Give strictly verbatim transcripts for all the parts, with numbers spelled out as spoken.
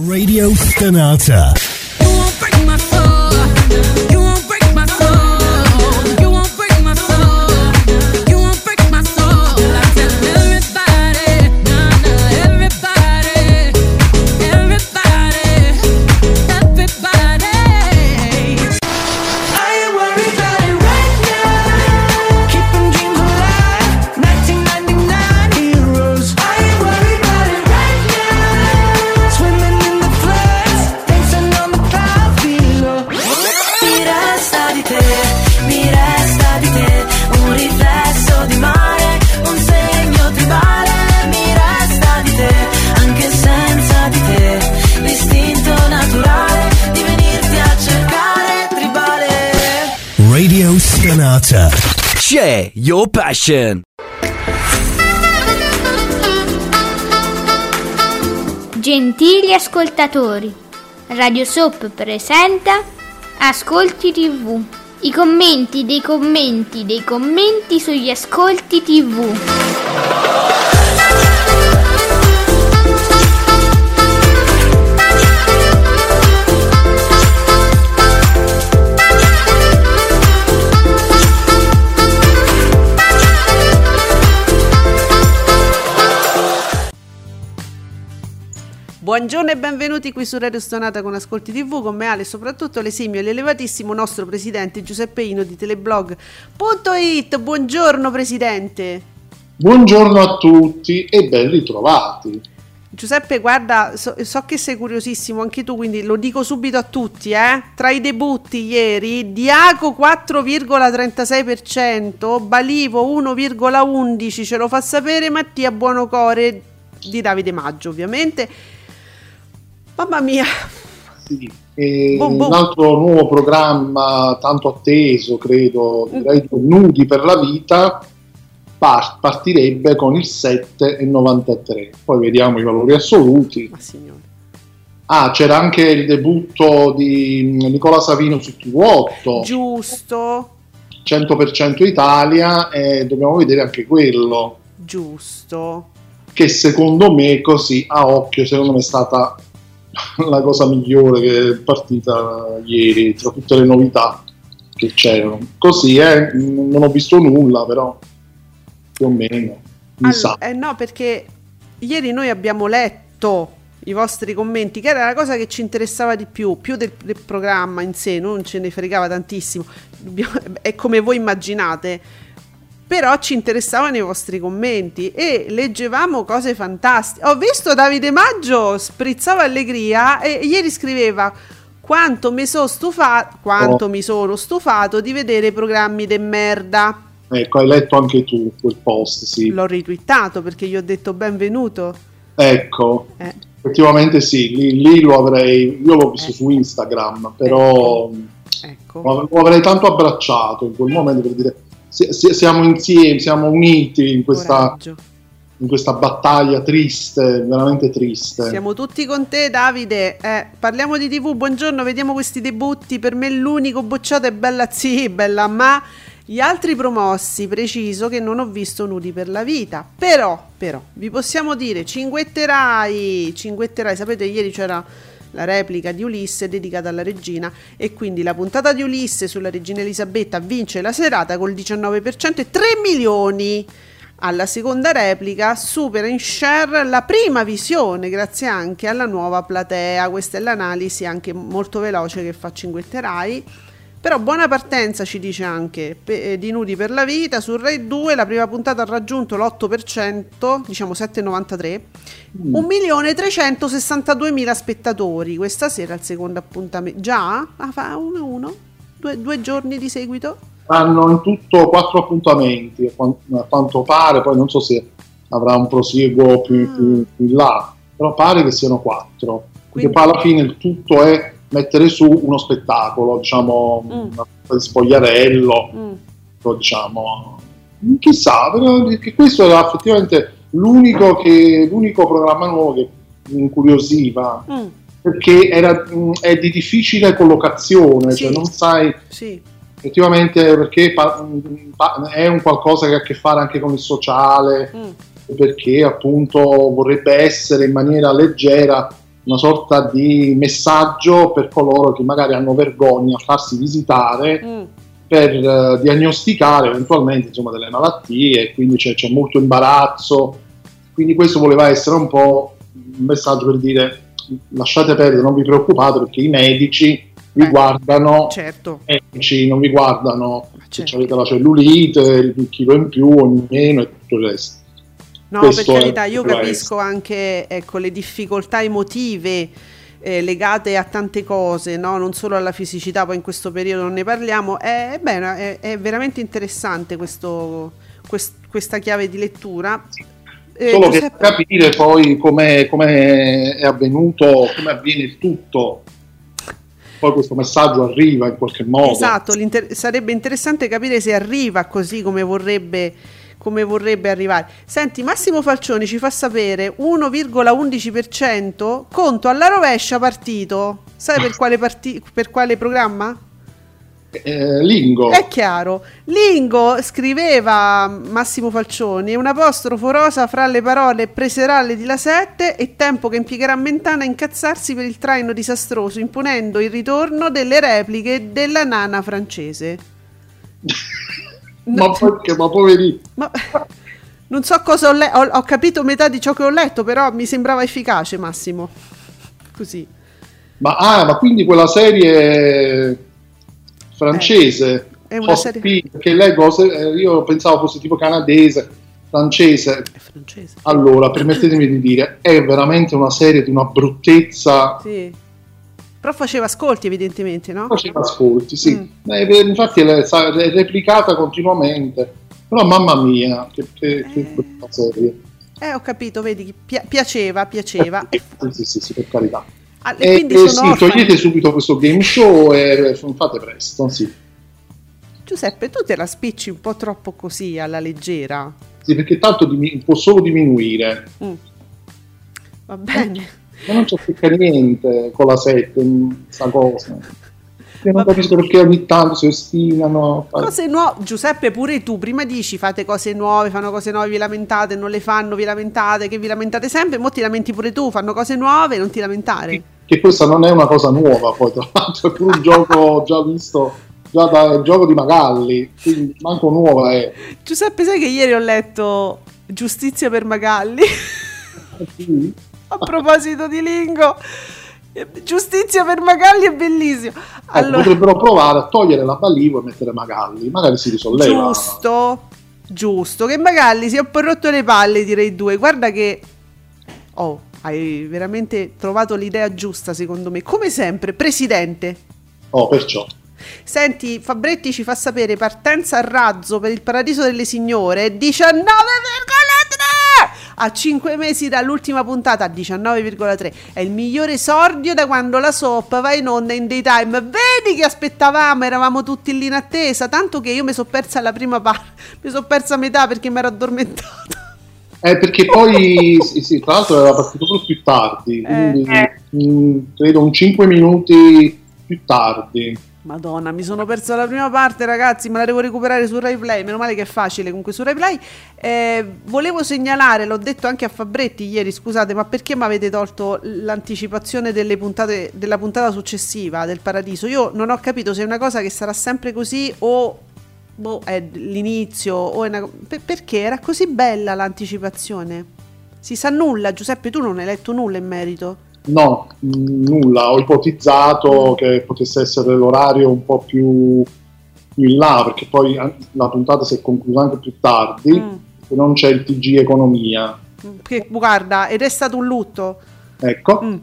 Radio Stanata. Share your passion. Gentili ascoltatori, Radio Soap presenta Ascolti tivù. I commenti dei commenti dei commenti sugli ascolti tivù. Buongiorno e benvenuti qui su Radio Stonata con Ascolti tivù, con me Ale e soprattutto l'esimio e l'elevatissimo nostro presidente Giuseppe Ino di teleblog punto it. Buongiorno presidente. Buongiorno a tutti e ben ritrovati. Giuseppe, guarda, so, so che sei curiosissimo anche tu, quindi lo dico subito a tutti, eh. Tra i debutti ieri, Diaco quattro virgola trentasei per cento, Balivo uno virgola undici, ce lo fa sapere Mattia Buonocore di Davide Maggio, ovviamente. Mamma mia. Sì, e boom, boom. Un altro nuovo programma tanto atteso, credo, direi Nudi per la vita, par- partirebbe con il sette virgola novantatré. Poi vediamo i valori assoluti. Ma signore. Ah, c'era anche il debutto di Nicola Savino su T V otto. Giusto. cento per cento Italia, e dobbiamo vedere anche quello. Giusto. Che secondo me, così a occhio, secondo me è stata la cosa migliore che è partita ieri tra tutte le novità che c'erano. Così, eh, non ho visto nulla, però più o meno mi allora, sa. Eh no, perché ieri noi abbiamo letto i vostri commenti, che era la cosa che ci interessava di più, più del, del programma in sé, non ce ne fregava tantissimo, è come voi immaginate. Però ci interessavano i vostri commenti e leggevamo cose fantastiche. Ho visto Davide Maggio sprizzava allegria e ieri scriveva: quanto mi sono stufato, quanto oh. mi sono stufato di vedere programmi de merda. Ecco, hai letto anche tu quel post, sì. L'ho ritwittato perché gli ho detto benvenuto. Ecco, eh. effettivamente sì, lì, lì lo avrei, io l'ho visto eh. su Instagram, però ecco. Ecco. Lo avrei tanto abbracciato in quel momento per dire siamo insieme, siamo uniti in questa, in questa battaglia triste, veramente triste. Siamo tutti con te, Davide. Eh, parliamo di tivù, buongiorno, vediamo questi debutti. Per me l'unico bocciato è Bella Sì, Bella Ma. Gli altri promossi, preciso che non ho visto Nudi per la vita. Però, però, vi possiamo dire, cinguetterai, cinguetterai, sapete ieri c'era la replica di Ulisse dedicata alla regina e quindi la puntata di Ulisse sulla regina Elisabetta vince la serata col diciannove per cento e tre milioni. Alla seconda replica supera in share la prima visione grazie anche alla nuova platea. Questa è l'analisi anche molto veloce che fa Cinguetterai. Però buona partenza, ci dice anche, pe- di Nudi per la vita. Su Rai due la prima puntata ha raggiunto l'otto per cento, diciamo sette virgola novantatré, mm. un milione trecentosessantaduemila spettatori. Questa sera il secondo appuntamento. Già? Ah, fa uno a uno? Due, due giorni di seguito? Hanno in tutto quattro appuntamenti, a quanto pare, poi non so se avrà un prosieguo più, mm. più, più in là, però pare che siano quattro. Quindi... Perché poi alla fine il tutto è mettere su uno spettacolo, diciamo, mm. una di spogliarello, mm. diciamo, chissà, però che questo era effettivamente l'unico, che, l'unico programma nuovo che mi incuriosiva, mm. perché era, è di difficile collocazione, sì. Cioè non sai sì. effettivamente perché pa, pa, è un qualcosa che ha a che fare anche con il sociale, mm. perché appunto vorrebbe essere in maniera leggera una sorta di messaggio per coloro che magari hanno vergogna a farsi visitare mm. per uh, diagnosticare eventualmente, insomma, delle malattie, e quindi c'è, c'è molto imbarazzo. Quindi questo voleva essere un po' un messaggio per dire: lasciate perdere, non vi preoccupate, perché i medici vi eh, guardano, certo. i medici non vi guardano certo. se avete la cellulite, il chilo in più o in meno e tutto il resto. No, Questo per carità, io capisco essere. anche, ecco, le difficoltà emotive eh, legate a tante cose, no? Non solo alla fisicità, poi in questo periodo non ne parliamo. È, bene, è, è veramente interessante questo, quest, questa chiave di lettura. Eh, Solo Giuseppe... che capire poi come è avvenuto, come avviene il tutto. Poi questo messaggio arriva in qualche modo. Esatto, sarebbe interessante capire se arriva così come vorrebbe, come vorrebbe arrivare. Senti, Massimo Falcioni ci fa sapere uno virgola undici per cento conto alla rovescia partito. Sai per quale, parti- per quale programma? Eh, Lingo. È chiaro. Lingo, scriveva Massimo Falcioni, un apostrofo rosa fra le parole preserale di La Sette e tempo che impiegherà Mentana a incazzarsi per il traino disastroso, imponendo il ritorno delle repliche della nana francese. ma perché, ma poverino. Ma, non so cosa ho letto, ho, ho capito metà di ciò che ho letto, però mi sembrava efficace, Massimo. Così. Ma, ah, ma quindi quella serie francese, eh, è una serie... che leggo, io pensavo fosse tipo canadese, francese. È francese. Allora, permettetemi di dire, è veramente una serie di una bruttezza. Sì. Però faceva ascolti, evidentemente, no? Faceva ascolti, sì. Mm. Eh, infatti è, è replicata continuamente. Però mamma mia, che, che, eh... che brutta serie. Eh, ho capito, vedi, pi- piaceva, piaceva. Eh, sì, sì, sì, per carità. Ah, e quindi eh, sono sì, togliete subito questo game show e fate presto, sì. Giuseppe, tu te la spicci un po' troppo così alla leggera. Sì, perché tanto dim- può solo diminuire. Mm. Va bene. Ma non c'è niente con la sette, questa cosa. Io non capisco perché ogni tanto si ostinano. Cose nuove, Giuseppe, pure tu prima dici fate cose nuove, fanno cose nuove, vi lamentate, non le fanno, vi lamentate, che vi lamentate sempre, mo ti lamenti pure tu, fanno cose nuove, non ti lamentare. Che questa non è una cosa nuova, poi tra l'altro è pure un gioco già visto, già dal gioco di Magalli, quindi manco nuova è. Giuseppe, sai che ieri ho letto Giustizia per Magalli? Sì. A proposito di Lingo, Giustizia per Magalli è bellissimo. Allora, eh, potrebbero provare a togliere la Balivo e mettere Magalli, magari si risolleva. Giusto, giusto, che Magalli si è un po' rotto le palle, direi due. Guarda che oh, hai veramente trovato l'idea giusta, secondo me, come sempre, presidente. Oh, perciò. Senti, Fabretti ci fa sapere partenza a razzo per il Paradiso delle Signore diciannove virgola tre a cinque mesi dall'ultima puntata, a diciannove virgola tre. È il migliore esordio da quando la soap va in onda in daytime. Vedi che aspettavamo, eravamo tutti lì in attesa, tanto che io mi sono persa la prima parte, mi sono persa a metà perché mi ero addormentata. Eh, perché poi sì, sì, tra l'altro era partito proprio più tardi, quindi eh. mh, credo un cinque minuti più tardi. Madonna, mi sono persa la prima parte, ragazzi, me la devo recuperare su Rai Play, meno male che è facile comunque su Rai Play. Eh, volevo segnalare, l'ho detto anche a Fabretti ieri, scusate, ma perché mi avete tolto l'anticipazione delle puntate, della puntata successiva del Paradiso? Io non ho capito se è una cosa che sarà sempre così o boh, è l'inizio o è una... per, perché era così bella l'anticipazione? Si sa nulla, Giuseppe, tu non hai letto nulla in merito? No, nulla, ho ipotizzato che potesse essere l'orario un po' più, più in là, perché poi la puntata si è conclusa anche più tardi mm. e non c'è il T G Economia. Che guarda, ed è stato un lutto. Ecco, mm.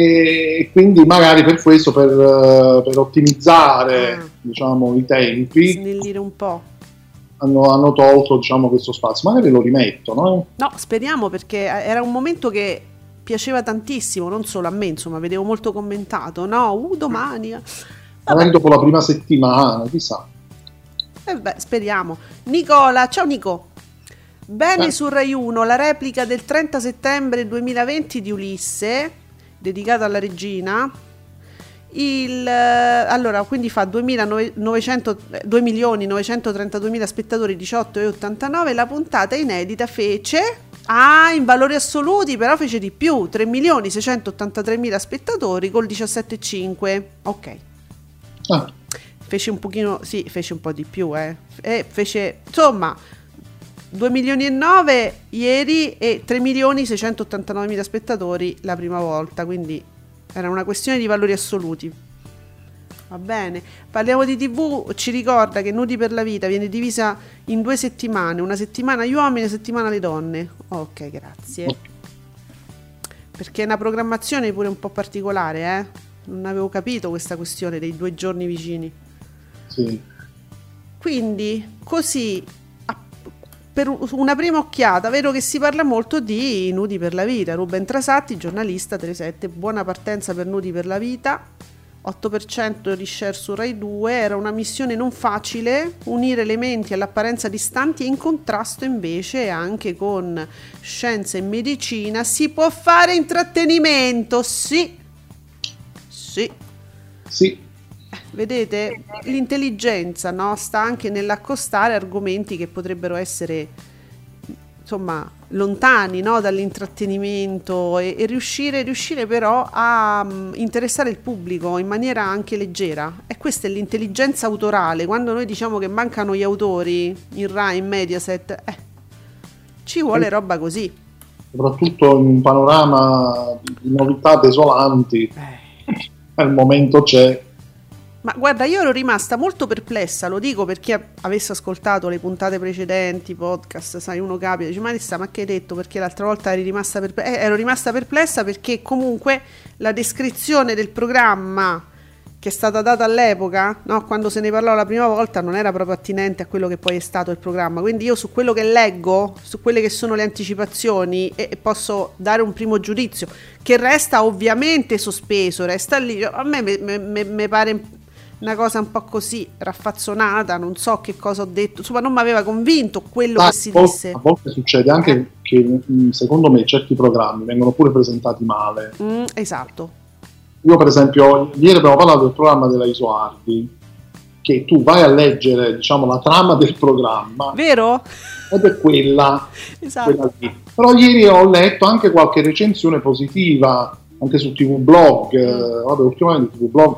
e quindi magari per questo, per, per ottimizzare ah. diciamo, i tempi, snellire un po'. Hanno, hanno tolto diciamo, questo spazio, magari lo rimettono. Eh? No, speriamo, perché era un momento che piaceva tantissimo, non solo a me, insomma, vedevo molto commentato, no, uh, domani. Magari dopo la prima settimana, chissà. Eh beh, speriamo. Nicola, ciao Nico. Bene eh. su Rai uno, la replica del trenta settembre duemilaventi di Ulisse, dedicata alla regina. Il, allora, quindi fa due milioni novecentotrentaduemila spettatori, diciotto virgola ottantanove. La puntata inedita fece Ah, in valori assoluti però fece di più, tre milioni seicentottantatremila spettatori col diciassette virgola cinque. Ok. Ah. Fece un pochino, sì, fece un po' di più, eh. E fece, insomma, due milioni e nove ieri e tre milioni seicentottantanovemila spettatori la prima volta, quindi era una questione di valori assoluti. Va bene, parliamo di tivù, ci ricorda che Nudi per la Vita viene divisa in due settimane, una settimana agli uomini e una settimana alle donne. Ok, grazie. Perché è una programmazione pure un po' particolare, eh? Non avevo capito questa questione dei due giorni vicini. Sì. Quindi, così, per una prima occhiata, vedo che si parla molto di Nudi per la Vita. Ruben Trasatti, giornalista, Telesette, buona partenza per Nudi per la Vita. otto per cento di share su Rai due, era una missione non facile, unire elementi all'apparenza distanti e in contrasto invece anche con scienza e medicina. Si può fare intrattenimento, sì, sì, sì. Vedete, l'intelligenza, no, sta anche nell'accostare argomenti che potrebbero essere, insomma, lontani, no, dall'intrattenimento e, e riuscire, riuscire però a um, interessare il pubblico in maniera anche leggera. E questa è l'intelligenza autorale. Quando noi diciamo che mancano gli autori in Rai, in Mediaset, eh, ci vuole roba così. Soprattutto in un panorama di novità desolanti, Eh. al momento c'è. Ma guarda, io ero rimasta molto perplessa, lo dico per chi avesse ascoltato le puntate precedenti, podcast, sai, uno capita, dice Marissa, ma che hai detto? Perché l'altra volta eri rimasta perplessa? Eh, ero rimasta perplessa perché comunque la descrizione del programma che è stata data all'epoca, no, quando se ne parlò la prima volta, non era proprio attinente a quello che poi è stato il programma. Quindi io su quello che leggo, su quelle che sono le anticipazioni, e, e posso dare un primo giudizio, che resta ovviamente sospeso, resta lì. A me mi pare una cosa un po' così raffazzonata, non so che cosa ho detto, insomma non mi aveva convinto quello Ah, che si a volte, disse. a volte succede anche eh. che secondo me certi programmi vengono pure presentati male. Mm, esatto. Io per esempio ieri abbiamo parlato del programma della Isoardi, che tu vai a leggere, diciamo, la trama del programma, vero? ed è quella, Esatto. quella lì. Però ieri ho letto anche qualche recensione positiva anche su T V Blog, mm. eh, vabbè, ultimamente T V Blog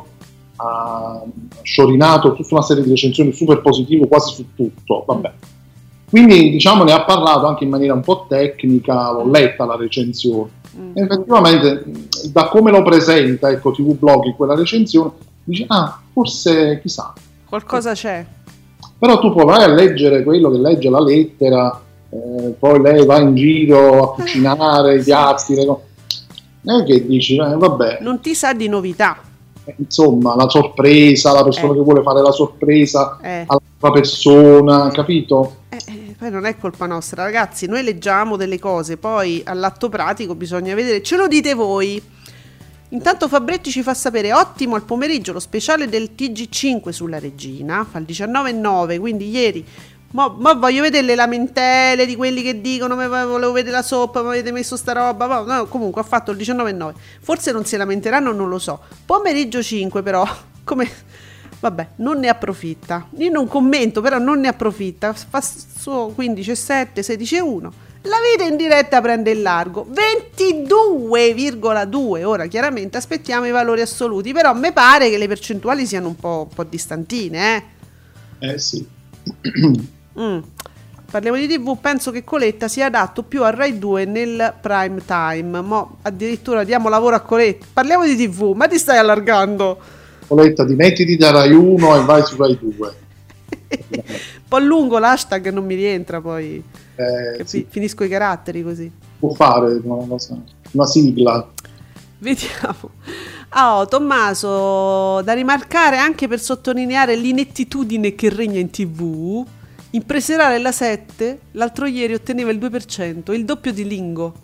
ha sciorinato tutta una serie di recensioni super positive quasi su tutto, vabbè. Quindi diciamo ne ha parlato anche in maniera un po' tecnica, l'ho letta la recensione, mm. e effettivamente da come lo presenta, ecco, T V Blog in quella recensione, dice ah, forse chissà, qualcosa c'è. però tu poi vai a leggere quello che legge la lettera, eh, poi lei va in giro a cucinare i piatti, le co- e che dici, eh, vabbè, Non ti sa di novità. insomma, la sorpresa, la persona Eh. che vuole fare la sorpresa Eh. all'altra persona, capito? Eh, eh, poi non è colpa nostra, ragazzi, noi leggiamo delle cose, poi all'atto pratico bisogna vedere, ce lo dite voi. Intanto Fabretti ci fa sapere, ottimo al pomeriggio lo speciale del T G cinque sulla Regina, fa il diciannove e nove, quindi ieri, mo, mo voglio vedere le lamentele di quelli che dicono ma volevo vedere la soppa, ma avete messo sta roba, ma, no, comunque ha fatto il diciannove e nove, forse non si lamenteranno, non lo so. Pomeriggio cinque però, come... Vabbè, non ne approfitta. Io non commento, però non ne approfitta. Fa su quindici e sette, sedici e uno. La vita in diretta prende il largo. ventidue virgola due. Ora, chiaramente, aspettiamo i valori assoluti. Però mi pare che le percentuali siano un po', un po' distantine, eh? Eh sì. Mm. Parliamo di tivù, penso che Coletta sia adatto più a Rai due nel prime time. Mo addirittura diamo lavoro a Coletta. Parliamo di tivù, ma ti stai allargando? Coletta, dimettiti da Rai uno e vai su Rai due. Un po' lungo l'hashtag, non mi rientra poi. Eh, Capi- sì, Finisco i caratteri così. può fare una, cosa, una sigla. Vediamo. Ah, oh, Tommaso, da rimarcare anche per sottolineare l'inettitudine che regna in tivù, in Preserale la sette l'altro ieri otteneva il due per cento, il doppio di Lingo.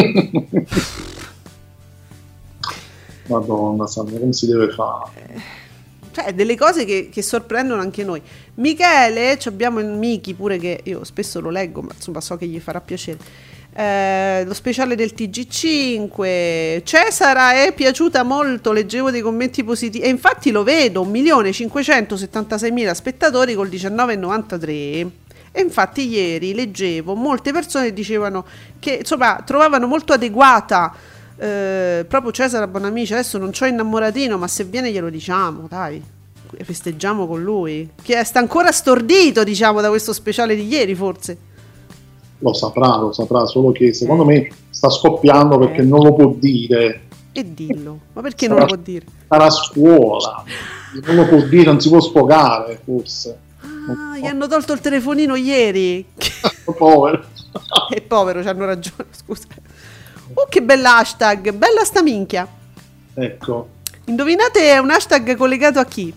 Madonna, Sandra, come si deve fare? Cioè, delle cose che, che sorprendono anche noi. Michele, ci abbiamo il Miki pure, che io spesso lo leggo, ma insomma so che gli farà piacere. Eh, lo speciale del T G cinque. Cesara è piaciuta molto, leggevo dei commenti positivi e infatti lo vedo, un milione cinquecentosettantaseimila spettatori col diciannove virgola novantatré. E infatti ieri leggevo molte persone dicevano che insomma trovavano molto adeguata eh, proprio Cesare Bonamici. Adesso non c'ho innamoratino, ma se viene glielo diciamo, dai, festeggiamo con lui, che sta ancora stordito, diciamo, da questo speciale di ieri, forse. Lo saprà, lo saprà, solo che secondo me sta scoppiando perché eh. non lo può dire. E dillo, ma perché sarà, non lo può dire? Sarà a scuola, non lo può dire, non si può sfogare, forse. Ah, gli hanno tolto il telefonino ieri. Povero. È povero, c'hanno ragione, scusa. Oh, che bella hashtag, bella sta minchia. Ecco. Indovinate, è un hashtag collegato a chi?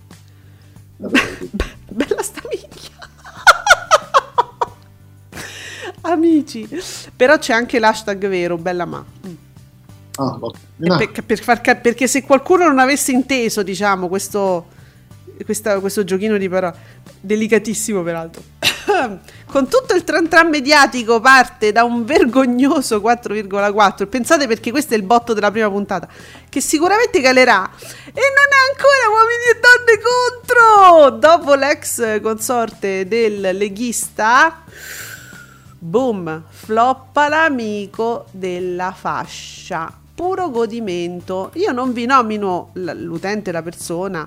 Bella sta minchia. Amici. Però c'è anche l'hashtag vero, bella ma. Ah, per, per far cap- perché se qualcuno non avesse inteso, diciamo, questo, questa, questo giochino di parole, delicatissimo peraltro, con tutto il tran tran mediatico parte da un vergognoso quattro virgola quattro. Pensate, perché questo è il botto della prima puntata, che sicuramente calerà, e non è ancora uomini e donne contro. Dopo l'ex consorte del leghista, boom, floppa l'amico della fascia. Puro godimento. Io non vi nomino l'utente, la persona,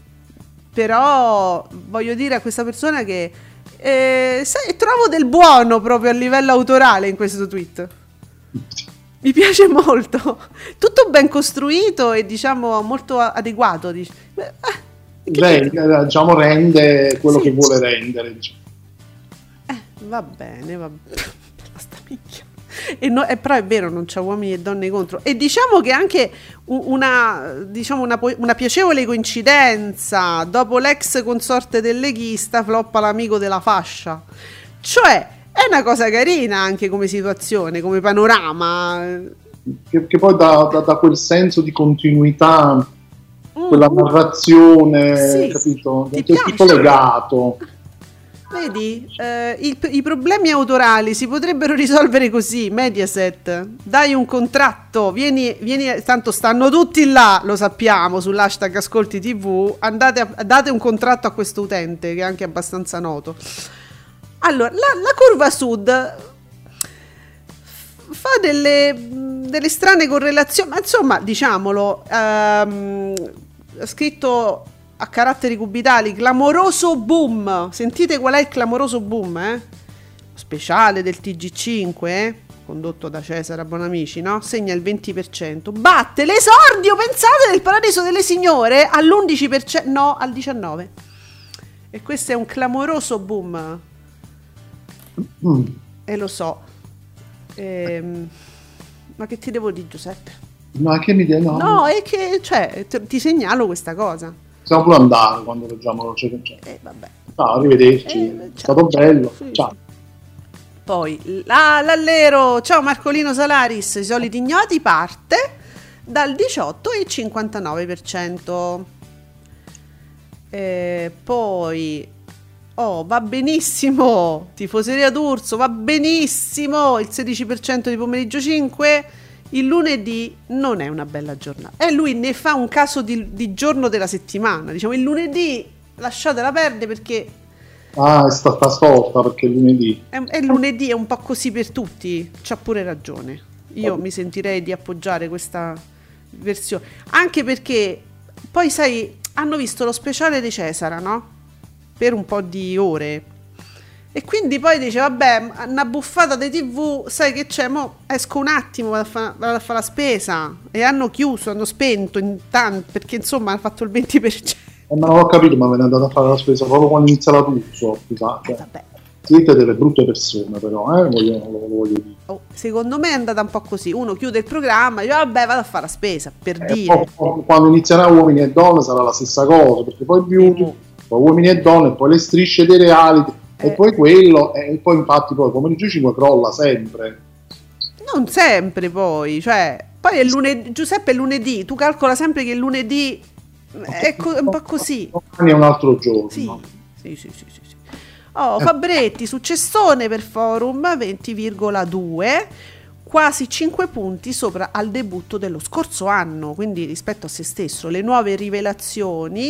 però voglio dire a questa persona che eh, sai, trovo del buono proprio a livello autorale in questo tweet. Mi piace molto, tutto ben costruito e diciamo molto adeguato. Dic- eh, Beh, diciamo rende quello sì, che vuole rendere, diciamo. Eh, va bene, va bene. Sta minchia. E no, eh, però è vero, non c'è uomini e donne contro. E diciamo che anche una, diciamo una, una piacevole coincidenza, dopo l'ex consorte del leghista floppa l'amico della fascia. Cioè è una cosa carina anche come situazione, come panorama, che, che poi dà, dà, dà quel senso di continuità, mm. quella narrazione, sì, capito? È tutto legato. Vedi, eh, il, i problemi autorali si potrebbero risolvere così. Mediaset, dai un contratto, vieni, vieni, tanto stanno tutti là, lo sappiamo, sull'hashtag Ascolti tivù, andate a, date un contratto a questo utente che è anche abbastanza noto. Allora, la, la curva sud fa delle, delle strane correlazioni, ma insomma, diciamolo, ehm, ha scritto a caratteri cubitali clamoroso boom. Sentite qual è il clamoroso boom, eh? Speciale del T G cinque, eh? Condotto da Cesare Bonamici, no? Segna il venti per cento, batte l'esordio, pensate, del Paradiso delle Signore all'undici per cento, no, al diciannove per cento. E questo è un clamoroso boom. Mm. E lo so. Ehm, ma che ti devo dire, Giuseppe? Ma che mi dici? No, no, è che, cioè, t- ti segnalo questa cosa. Possiamo pure andare quando leggiamo la c'è, c'è. Eh, vabbè. No, arrivederci, eh, è stato bello. Sì, ciao. Sì. Poi la, l'allero, ciao Marcolino Salaris, i soliti ignoti, parte dal diciotto virgola cinquantanove per cento. Eh, poi oh, va benissimo, tifoseria d'Urso, va benissimo, il sedici per cento di pomeriggio cinque. Il lunedì non è una bella giornata, e lui ne fa un caso di, di giorno della settimana. Diciamo, il lunedì lasciatela perdere perché ah, è stata storta perché il lunedì è, è lunedì, è un po' così per tutti. C'ha pure ragione, io oh. mi sentirei di appoggiare questa versione, anche perché poi sai, hanno visto lo speciale di Cesara, no? Per un po' di ore, e quindi poi dice vabbè, una buffata di tivù, sai che c'è, mo esco un attimo, vado a fare fa la spesa, e hanno chiuso, hanno spento intanto, perché insomma hanno fatto il venti per cento. Eh, ma non ho capito, ma ve ne andate a fare la spesa proprio quando inizia la Turso, scusate. Eh, vabbè. Siete delle brutte persone, però, eh, voglio, lo, lo voglio dire. Oh, secondo me è andata un po' così, uno chiude il programma e dice vabbè, vado a fare la spesa, per eh, dire. Poi, quando inizierà Uomini e Donne sarà la stessa cosa, perché poi beauty, mm. poi Uomini e Donne, poi le strisce dei reality, eh. e poi quello, e poi infatti poi pomeriggio cinque crolla sempre. Non sempre poi, cioè, poi è lunedì, Giuseppe è lunedì, tu calcola sempre che il lunedì è, co- è un po' così. Domani è un altro giorno. Sì, sì, sì, sì, sì. Oh, Fabretti, successone per Forum, venti virgola due, quasi cinque punti sopra al debutto dello scorso anno, quindi rispetto a se stesso. Le nuove rivelazioni,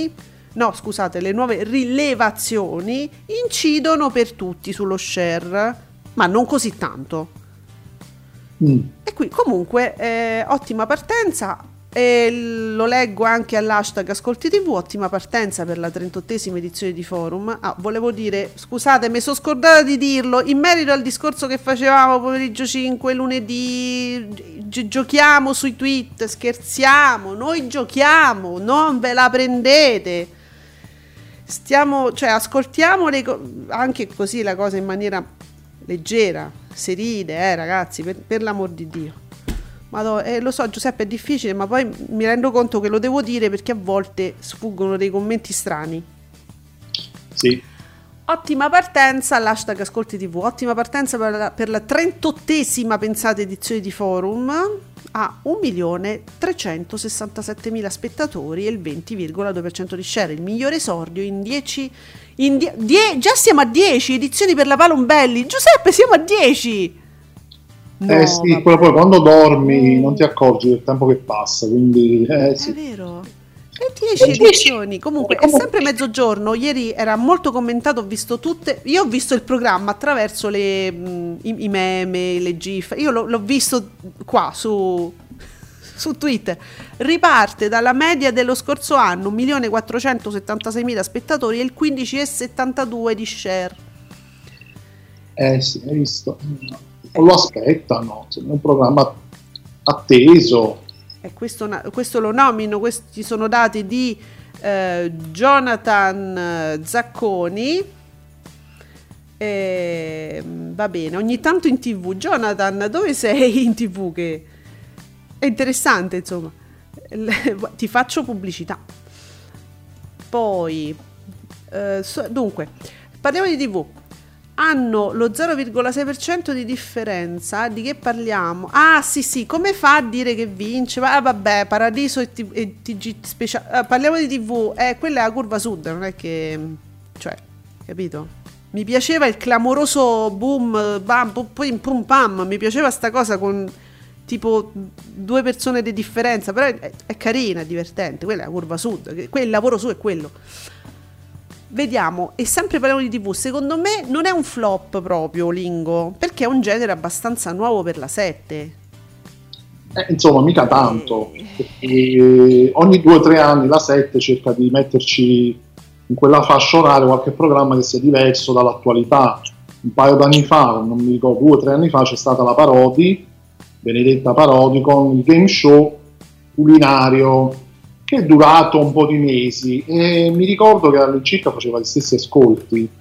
no scusate, le nuove rilevazioni incidono per tutti sullo share, ma non così tanto. Mm. E qui comunque eh, ottima partenza, e lo leggo anche all'hashtag Ascolti tivù, ottima partenza per la trentottesima edizione di Forum. Ah, volevo dire, scusate, mi sono scordata di dirlo, in merito al discorso che facevamo pomeriggio cinque, lunedì, gi- giochiamo sui tweet, scherziamo, noi giochiamo, non ve la prendete, stiamo, cioè ascoltiamo le co- anche così la cosa in maniera leggera, si ride, eh ragazzi, per, per l'amor di Dio. Madonna, eh, lo so Giuseppe, è difficile, ma poi mi rendo conto che lo devo dire perché a volte sfuggono dei commenti strani. Sì. Ottima partenza all'hashtag Ascolti tivù, ottima partenza per la, per la trentottesima pensata edizione di Forum, a un milione trecentosessantasettemila spettatori e il venti virgola due per cento di share, il migliore esordio in dieci in die, die, già siamo a dieci edizioni per la Palombelli. Giuseppe, siamo a dieci. No, eh sì, vabbè. quello poi quando dormi mm. non ti accorgi del tempo che passa, quindi eh, sì. È vero. E dieci edizioni, comunque è sempre mezzogiorno. Ieri era molto commentato, ho visto tutte, io ho visto il programma attraverso le, mh, i, i meme, le gif, io l'ho, l'ho visto qua su, su Twitter. Riparte dalla media dello scorso anno, un milione quattrocentosettantaseimila spettatori e il quindici virgola settantadue di share. Eh sì, hai visto, non lo aspettano, è un programma atteso. E questo, questo lo nomino, questi sono dati di eh, Jonathan Zacconi. E, va bene, ogni tanto in tv. Jonathan, dove sei in tv? Che è interessante, insomma. Ti faccio pubblicità. Poi, eh, so, dunque, parliamo di tv. Hanno lo zero virgola sei per cento di differenza. Di che parliamo? Ah sì sì, come fa a dire che vince? Ah vabbè, Paradiso e, T- e T G speciale. Ah, parliamo di tivù, eh, quella è la curva sud, non è che, cioè, capito? Mi piaceva il clamoroso boom bam pum pum pam, mi piaceva sta cosa con tipo due persone di differenza, però è, è carina, è divertente. Quella è la curva sud, quel lavoro su è quello. Vediamo, e sempre parliamo di tivù, secondo me non è un flop proprio Lingo, perché è un genere abbastanza nuovo per la sette. Eh, insomma, mica tanto, perché ogni due o tre anni la sette cerca di metterci in quella fascia oraria qualche programma che sia diverso dall'attualità. Un paio d'anni fa, non mi ricordo, due o tre anni fa c'è stata la Parodi, Benedetta Parodi, con il game show culinario, che è durato un po' di mesi e mi ricordo che all'incirca faceva gli stessi ascolti.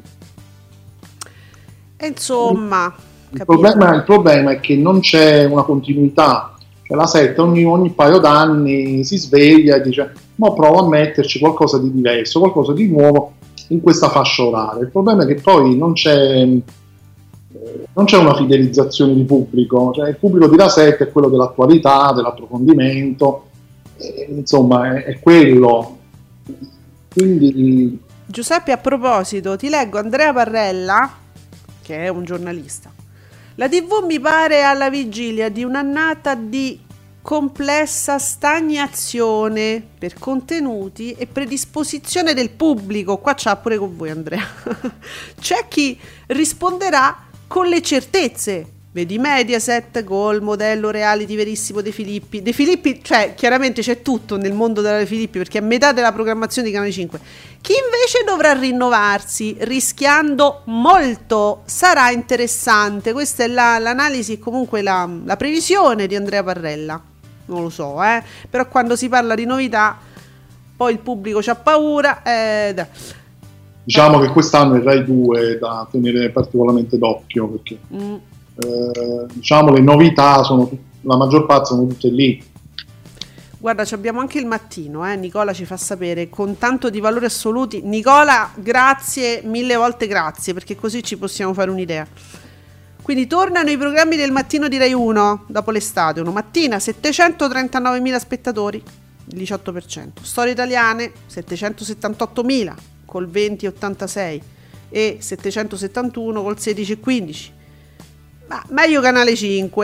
E insomma, il problema, il problema è che non c'è una continuità, cioè la sette ogni, ogni paio d'anni si sveglia e dice ma provo a metterci qualcosa di diverso, qualcosa di nuovo in questa fascia oraria. Il problema è che poi non c'è non c'è una fidelizzazione di pubblico, cioè il pubblico di La sette è quello dell'attualità, dell'approfondimento. Insomma è, è quello. Quindi Giuseppe, a proposito, ti leggo Andrea Parrella, che è un giornalista. La tivù mi pare alla vigilia di un'annata di complessa stagnazione per contenuti e predisposizione del pubblico. Qua c'ha pure con voi Andrea. C'è chi risponderà con le certezze. Vedi Mediaset col modello reality verissimo De Filippi. De Filippi, cioè chiaramente c'è tutto nel mondo della De Filippi perché è metà della programmazione di Canale cinque. Chi invece dovrà rinnovarsi rischiando molto sarà interessante. Questa è la, l'analisi e comunque la, la previsione di Andrea Parrella. Non lo so, eh. Però quando si parla di novità poi il pubblico c'ha paura. Eh, diciamo eh. che quest'anno è Rai due da tenere particolarmente d'occhio perché mm. Eh, diciamo le novità sono la maggior parte sono tutte lì. Guarda, abbiamo anche il mattino, eh? Nicola ci fa sapere con tanto di valori assoluti. Nicola, grazie, mille volte grazie, perché così ci possiamo fare un'idea. Quindi tornano i programmi del mattino di Rai uno dopo l'estate. Una mattina settecentotrentanovanomila spettatori, il diciotto per cento. Storie italiane settecentosettantottomila col venti virgola ottantasei e settecentosettantuno col sedici virgola quindici. Ma meglio Canale cinque,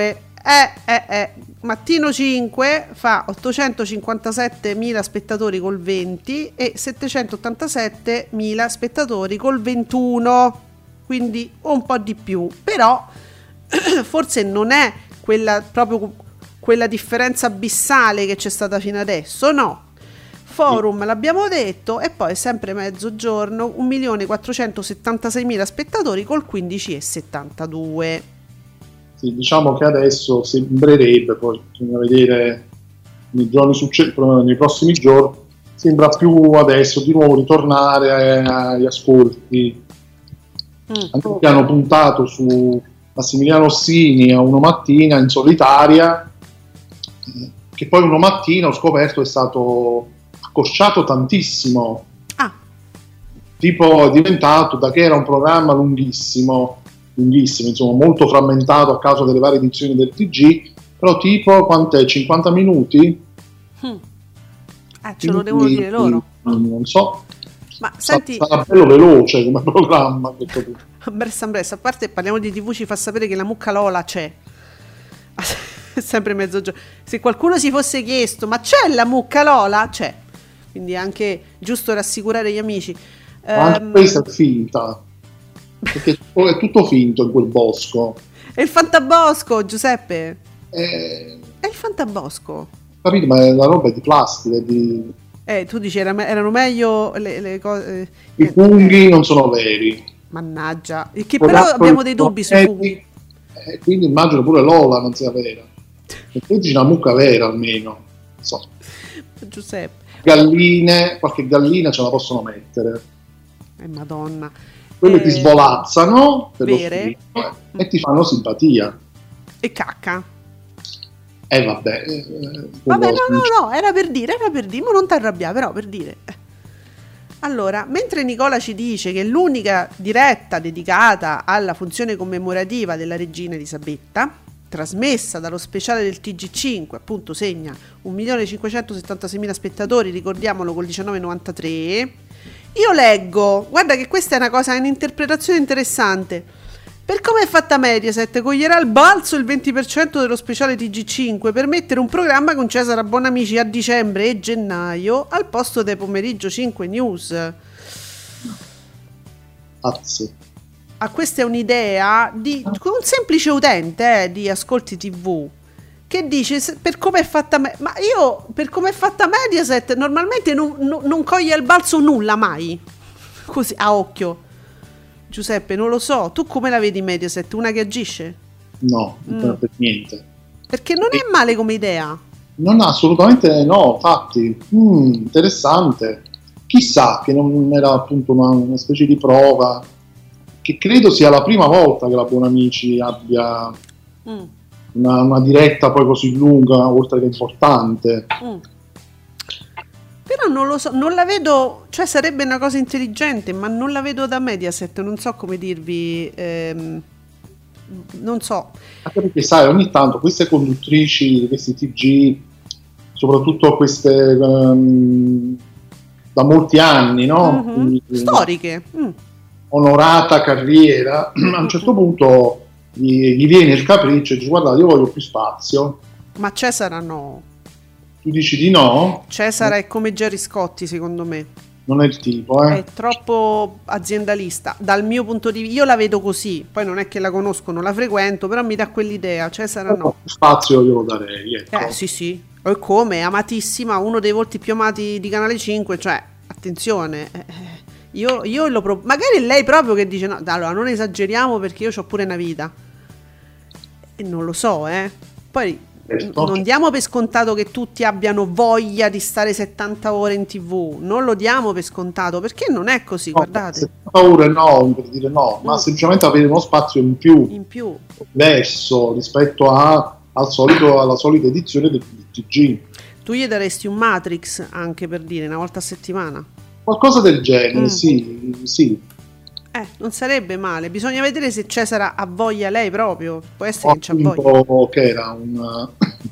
Eh, eh, eh. Mattino cinque fa ottocentocinquantasettemila spettatori col venti e settecentottantasettemila spettatori col ventuno, quindi un po' di più, però forse non è quella proprio quella differenza abissale che c'è stata fino adesso, no. Forum sì. L'abbiamo detto, e poi sempre mezzogiorno un milione quattrocentosettantaseimila spettatori col quindici virgola settantadue. Sì, diciamo che adesso sembrerebbe, poi bisogna vedere nei giorni successivi, nei prossimi giorni, sembra più adesso di nuovo ritornare agli ascolti. Mm. Anche hanno puntato su Massimiliano Ossini a Uno Mattina in solitaria, che poi Uno Mattina ho scoperto è stato accorciato tantissimo. Ah. Tipo è diventato, da che era un programma lunghissimo lunghissimo, insomma molto frammentato a causa delle varie edizioni del T G, però tipo quant'è? cinquanta minuti? Hmm. Eh, ce lo devono dire loro. Non so. Ma senti, sarà bello veloce come programma. Bressa Bressa, a parte parliamo di tivù, ci fa sapere che la mucca Lola c'è. Sempre mezzogiorno. Se qualcuno si fosse chiesto, ma c'è la mucca Lola? C'è. Quindi è anche giusto rassicurare gli amici. Ma anche um, questa è finta. Perché è tutto finto in quel bosco. È il fantabosco, Giuseppe. Eh, è il fantabosco. Capito, ma la roba è di plastica. Di... Eh, tu dici era, erano meglio le, le cose. I funghi eh, non sono veri. Mannaggia. Che però abbiamo dei dubbi sui funghi. Eh, quindi immagino pure Lola non sia vera. E poi dici una mucca vera almeno. So. Giuseppe. Galline, qualche gallina ce la possono mettere. Eh, Madonna. Quelle eh, ti svolazzano per vere? Lo schifo, eh, e ti fanno simpatia. E cacca. Eh vabbè. Eh, vabbè, no, no, no, era per dire, era per dire, ma non ti arrabbiare, però per dire. Allora, mentre Nicola ci dice che l'unica diretta dedicata alla funzione commemorativa della regina Elisabetta, trasmessa dallo speciale del T G cinque, appunto segna un milione cinquecentosettantaseimila spettatori, ricordiamolo, col diciannove virgola novantatré. Io leggo, guarda che questa è una cosa, è un'interpretazione interessante. Per come è fatta Mediaset, coglierà al balzo il venti per cento dello speciale T G cinque per mettere un programma con Cesare Bonamici a dicembre e gennaio al posto dei pomeriggio cinque News. Azzi. Ah, questa è un'idea di un semplice utente eh, di Ascolti tivù che dice per come è fatta me- ma io per come è fatta Mediaset normalmente non, non, non coglie al balzo nulla mai così a occhio. Giuseppe, non lo so, tu come la vedi Mediaset? Una che agisce? No, non mm. per niente, perché non è male come idea. Non assolutamente no, infatti mm, interessante, chissà che non era appunto una, una specie di prova, che credo sia la prima volta che la Bonamici abbia mm. Una, una diretta poi così lunga, oltre che importante. Mm. Però non lo so, non la vedo, cioè sarebbe una cosa intelligente, ma non la vedo da Mediaset, non so come dirvi, ehm, non so. Anche perché sai, ogni tanto queste conduttrici di questi T G, soprattutto queste um, da molti anni, no? Mm-hmm. Quindi, storiche. Mm. Onorata carriera, a un certo punto Gli, gli viene il capriccio e dice guardate io voglio più spazio. Ma Cesara no. Tu dici di no? Cesara è come Gerry Scotti secondo me. Non è il tipo, eh? È troppo aziendalista dal mio punto di vista, io la vedo così, poi non è che la conosco, non la frequento, però mi dà quell'idea. Cesara no. Più spazio io lo darei, ecco. Eh sì sì, e come, amatissima, uno dei volti più amati di Canale cinque, cioè attenzione, eh, io, io lo pro- magari lei proprio che dice no, allora non esageriamo perché io ho pure una vita. E non lo so, eh. Poi certo. Non diamo per scontato che tutti abbiano voglia di stare settanta ore in tivù, non lo diamo per scontato, perché non è così, no, guardate. settanta ore no, per dire no, no, ma semplicemente avere uno spazio in più, in più. Diverso rispetto a, al solito, alla solita edizione del T G. Tu gli daresti un Matrix anche, per dire, una volta a settimana? Qualcosa del genere, mm. sì, sì. Eh, non sarebbe male, bisogna vedere se Cesara ha voglia lei proprio, può essere oh, che c'ha voglia. Che era un,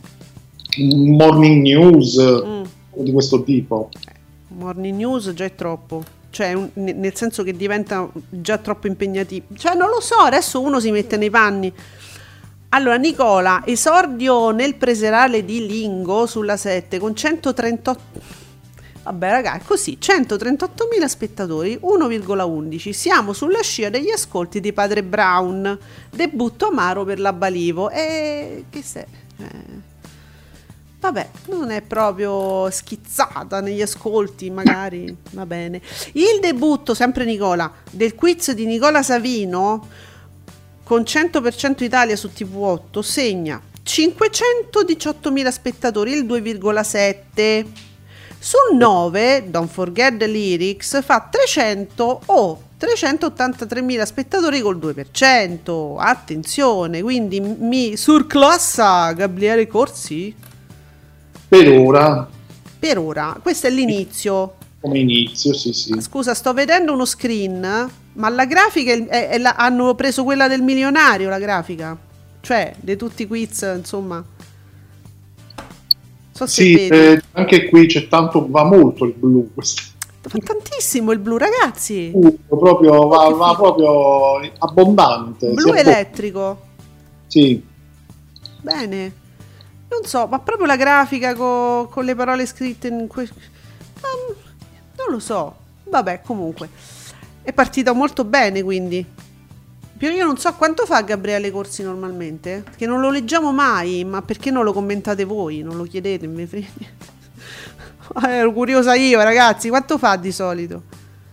un morning news mm. di questo tipo. Morning news già è troppo, cioè un, nel senso che diventa già troppo impegnativo. Cioè non lo so, adesso uno si mette nei panni. Allora, Nicola, esordio nel preserale di Lingo sulla sette con centotrentotto. Vabbè, raga, è così: centotrentottomila spettatori, uno virgola undici. Siamo sulla scia degli ascolti di Padre Brown. Debutto amaro per la Balivo. E che se. Eh. Vabbè, non è proprio schizzata negli ascolti, magari. Va bene. Il debutto, sempre Nicola, del quiz di Nicola Savino con cento per cento Italia su T V otto segna cinquecentodiciottomila spettatori, il due virgola sette. Sul nove, Don't Forget the Lyrics, fa trecento o trecentottantatremila spettatori col due per cento. Attenzione, quindi mi surclassa Gabriele Corsi? Per ora. Per ora, questo è l'inizio. Come inizio, sì, sì. Scusa, sto vedendo uno screen, ma la grafica è, è, è la, hanno preso quella del milionario, la grafica. Cioè, di tutti i quiz, insomma. So se sì, vedi. Eh, anche qui c'è tanto, va molto il blu. Fa tantissimo il blu, ragazzi. Uh, proprio, va, va proprio abbondante. Blu elettrico. Sì. Bene. Non so, ma proprio la grafica co- con le parole scritte in que- um, non lo so. Vabbè, comunque è partita molto bene, quindi. Io non so quanto fa Gabriele Corsi normalmente, che non lo leggiamo mai, ma perché non lo commentate voi, non lo chiedete, mi frega. Ero curiosa io, ragazzi, quanto fa di solito?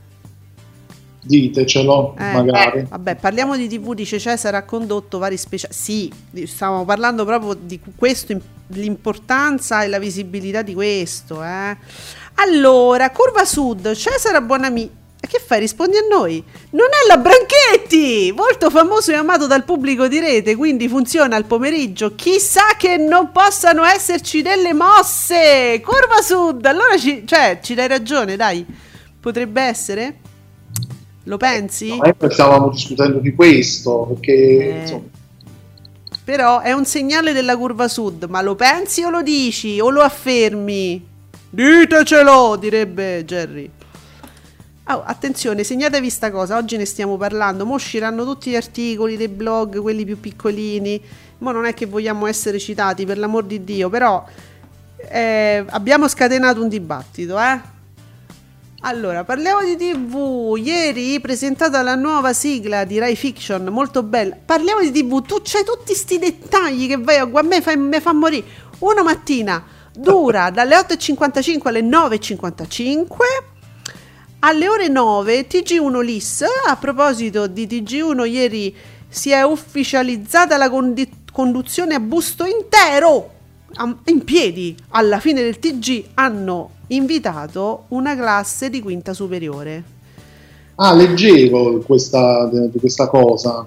Ditecelo, eh, magari. Vabbè, parliamo di tivù, dice Cesare, ha condotto vari speciali. Sì, stavamo parlando proprio di questo, l'importanza e la visibilità di questo. Eh. Allora, Curva Sud, Cesare Buonami. Che fai? Rispondi a noi. Non è la Branchetti, molto famoso e amato dal pubblico di rete, quindi funziona al pomeriggio. Chissà che non possano esserci delle mosse. Curva Sud, allora ci, cioè, ci dai ragione, dai. Potrebbe essere? Lo pensi? No, noi stavamo discutendo di questo, perché eh. insomma. Però è un segnale della Curva Sud, ma lo pensi o lo dici o lo affermi? Ditecelo, direbbe Jerry. Oh, attenzione, segnatevi sta cosa, oggi ne stiamo parlando, mo usciranno tutti gli articoli dei blog, quelli più piccolini, mo non è che vogliamo essere citati, per l'amor di Dio, però eh, abbiamo scatenato un dibattito, eh? Allora, parliamo di tivù, ieri presentata la nuova sigla di Rai Fiction, molto bella, parliamo di tivù, tu c'hai tutti sti dettagli che vai a me fa, me fa morire, una mattina dura dalle otto e cinquantacinque alle nove e cinquantacinque. Alle ore nove T G uno L I S. A proposito di T G uno, ieri si è ufficializzata la condi- conduzione a busto intero, in piedi. Alla fine del T G hanno invitato una classe di quinta superiore. Ah, leggevo questa, di questa cosa.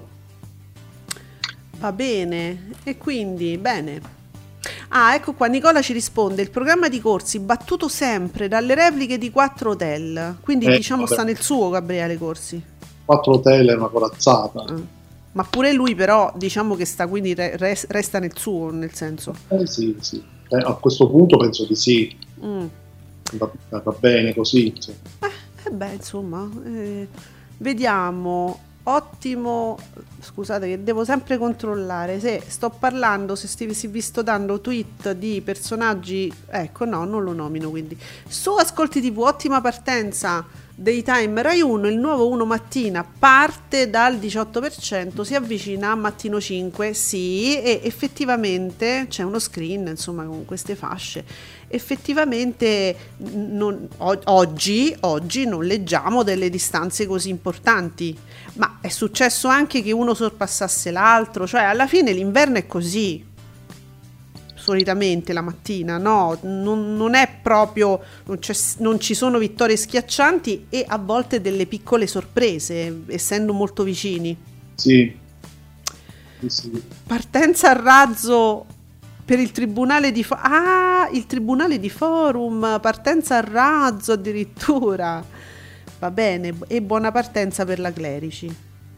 Va bene, e quindi bene. Ah, ecco qua, Nicola ci risponde: il programma di Corsi battuto sempre dalle repliche di quattro hotel, quindi eh, diciamo vabbè. Sta nel suo Gabriele Corsi. Quattro hotel è una corazzata. Ah. Ma pure lui però diciamo che sta, quindi re- resta nel suo, nel senso. Eh sì, sì. Eh, a questo punto penso di sì. Mm. Va, va bene così. Sì. Eh, eh beh, insomma, eh, vediamo. Ottimo, scusate che devo sempre controllare se sto parlando, se sti, si vi sto dando tweet di personaggi, ecco no, non lo nomino, quindi su Ascolti tivù, ottima partenza Daytime Rai uno, il nuovo uno mattina parte dal diciotto per cento, si avvicina a mattino cinque, sì, e effettivamente c'è uno screen, insomma, con queste fasce. Effettivamente non, o, oggi, oggi non leggiamo delle distanze così importanti, ma è successo anche che uno sorpassasse l'altro, cioè alla fine l'inverno è così, solitamente la mattina, no, non, non è proprio, non, c'è, non ci sono vittorie schiaccianti e a volte delle piccole sorprese, essendo molto vicini. Sì. Sì, sì. Partenza a razzo per il tribunale di fo- ah il tribunale di Forum, partenza a razzo addirittura, va bene, e buona partenza per la Clerici.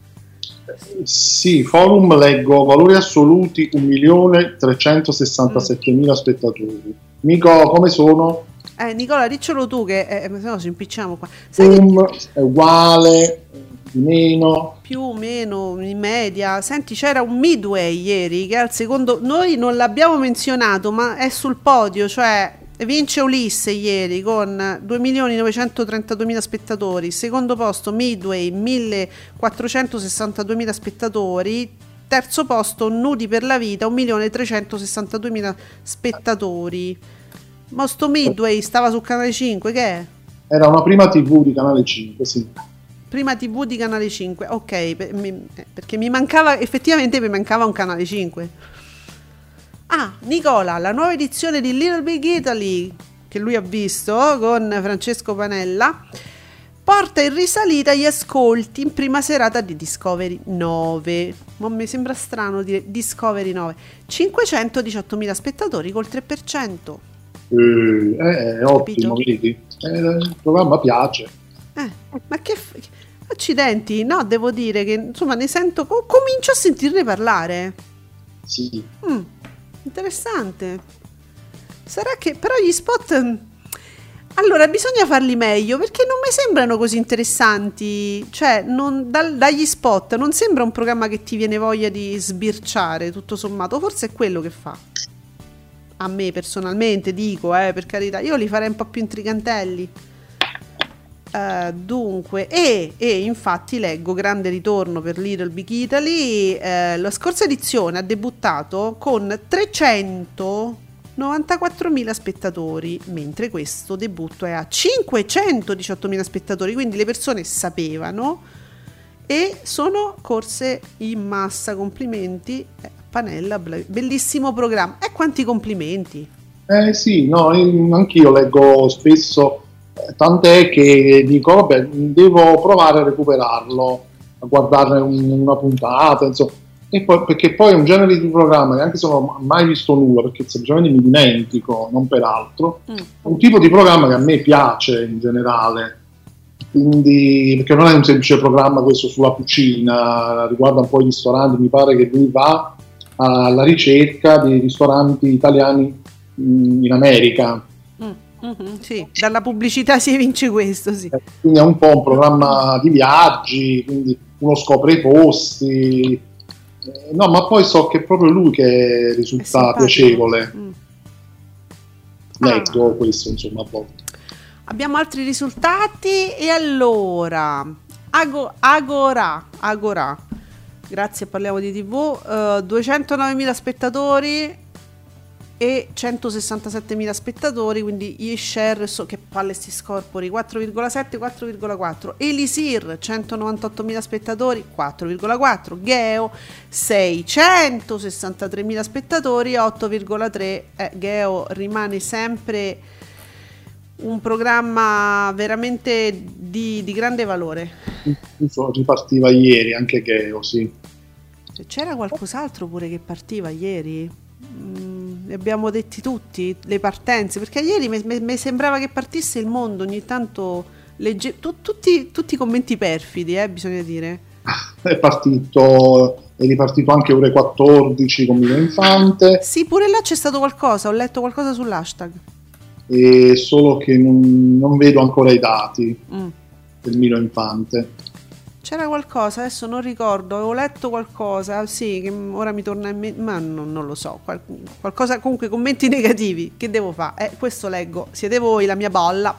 Sì, Forum leggo valori assoluti un milione trecentosessantasettemila mm. spettatori. Nico, come sono? Eh Nicola, diccelo tu che eh, se no ci impicciamo qua. Sai Forum che... è uguale, di meno? Più o meno in media. Senti, c'era un Midway ieri che è al secondo, noi non l'abbiamo menzionato ma è sul podio, cioè vince Ulisse ieri con due milioni novecentotrentaduemila spettatori, secondo posto Midway millequattrocentosessantaduemila spettatori, terzo posto Nudi per la vita un milione trecentosessantaduemila spettatori. Ma sto Midway stava su Canale cinque, che è? Era una prima tivù di Canale cinque, sì. Prima tivù di Canale cinque, ok, per, mi, perché mi mancava, effettivamente mi mancava un Canale cinque. Ah, Nicola, la nuova edizione di Little Big Italy, che lui ha visto con Francesco Panella, porta in risalita gli ascolti in prima serata di Discovery nove. Ma mi sembra strano dire Discovery nove. cinquecentodiciottomila spettatori col tre per cento. Eh, è ottimo, vedi? Eh, il programma piace. Eh, ma che f- accidenti, no, devo dire che insomma ne sento, co- comincio a sentirne parlare. Sì. Mm, interessante. Sarà che però gli spot, allora bisogna farli meglio, perché non mi sembrano così interessanti, cioè non, dal, dagli spot non sembra un programma che ti viene voglia di sbirciare, tutto sommato, forse è quello che fa. A me personalmente dico, eh, per carità, io li farei un po' più intrigantelli. Uh, dunque, e, e infatti leggo grande ritorno per Little Big Italy. Uh, la scorsa edizione ha debuttato con trecentonovantaquattromila spettatori, mentre questo debutto è a cinquecentodiciottomila spettatori, quindi le persone sapevano e sono corse in massa. Complimenti, eh, Panella, bellissimo programma. E quanti complimenti. Eh sì, no, anch'io leggo spesso, eh, tant'è che dico, vabbè, devo provare a recuperarlo, a guardarne un, una puntata, insomma, e poi, perché poi è un genere di programma che anche se non ho mai visto nulla, perché semplicemente mi dimentico, non per altro, mm. è un tipo di programma che a me piace in generale, quindi, perché non è un semplice programma questo sulla cucina, riguarda un po' i ristoranti, mi pare che lui va alla ricerca dei ristoranti italiani in America. Mm, mm-hmm, sì, dalla pubblicità si evince questo, sì. Eh, quindi è un po' un programma di viaggi, quindi uno scopre i posti. Eh, no, ma poi so che è proprio lui che risulta piacevole. Mm. Leggo ah. questo, insomma, a volte. Abbiamo altri risultati e allora Ago, Agora, Agora. Grazie, parliamo di tivù, uh, duecentonovemila spettatori e centosessantasettemila spettatori, quindi gli share, so, che palle sti scorpori, quattro virgola sette, quattro virgola quattro, Elisir centonovantaottomila spettatori, quattro virgola quattro, Geo seicentosessantatremila spettatori, otto virgola tre. eh, Geo rimane sempre un programma veramente di, di grande valore. Ripartiva ieri anche Geo, sì. C'era qualcos'altro pure che partiva ieri? Mm, ne abbiamo detti tutti, le partenze, perché ieri mi sembrava che partisse il mondo, ogni tanto legge, tu, tutti, tutti i commenti perfidi, eh, bisogna dire. È partito, è ripartito anche ore quattordici con Milo Infante. Sì, pure là c'è stato qualcosa, ho letto qualcosa sull'hashtag. E solo che non, non vedo ancora i dati mm. del Milo Infante. C'era qualcosa, adesso non ricordo, avevo letto qualcosa, sì, che ora mi torna in mente, ma non, non lo so, qual, qualcosa, comunque commenti negativi, che devo fare? Eh, questo leggo, siete voi, la mia bolla.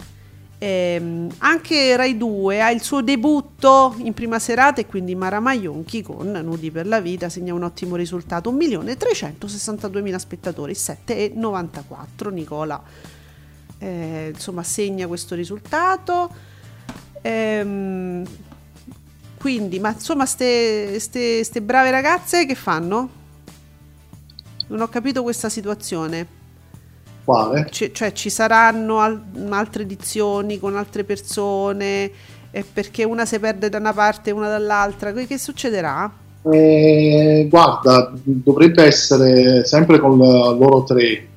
Ehm, anche Rai due ha il suo debutto in prima serata e quindi Mara Maionchi con Nudi per la vita segna un ottimo risultato, un milione trecentosessantaduemila spettatori, sette virgola novantaquattro. Nicola eh, insomma segna questo risultato, ehm, quindi ma insomma ste, ste, ste brave ragazze che fanno? Non ho capito questa situazione. Quale? C- cioè ci saranno al- altre edizioni con altre persone, eh, perché una si perde da una parte e una dall'altra, che succederà? Eh, guarda, dovrebbe essere sempre con loro tre.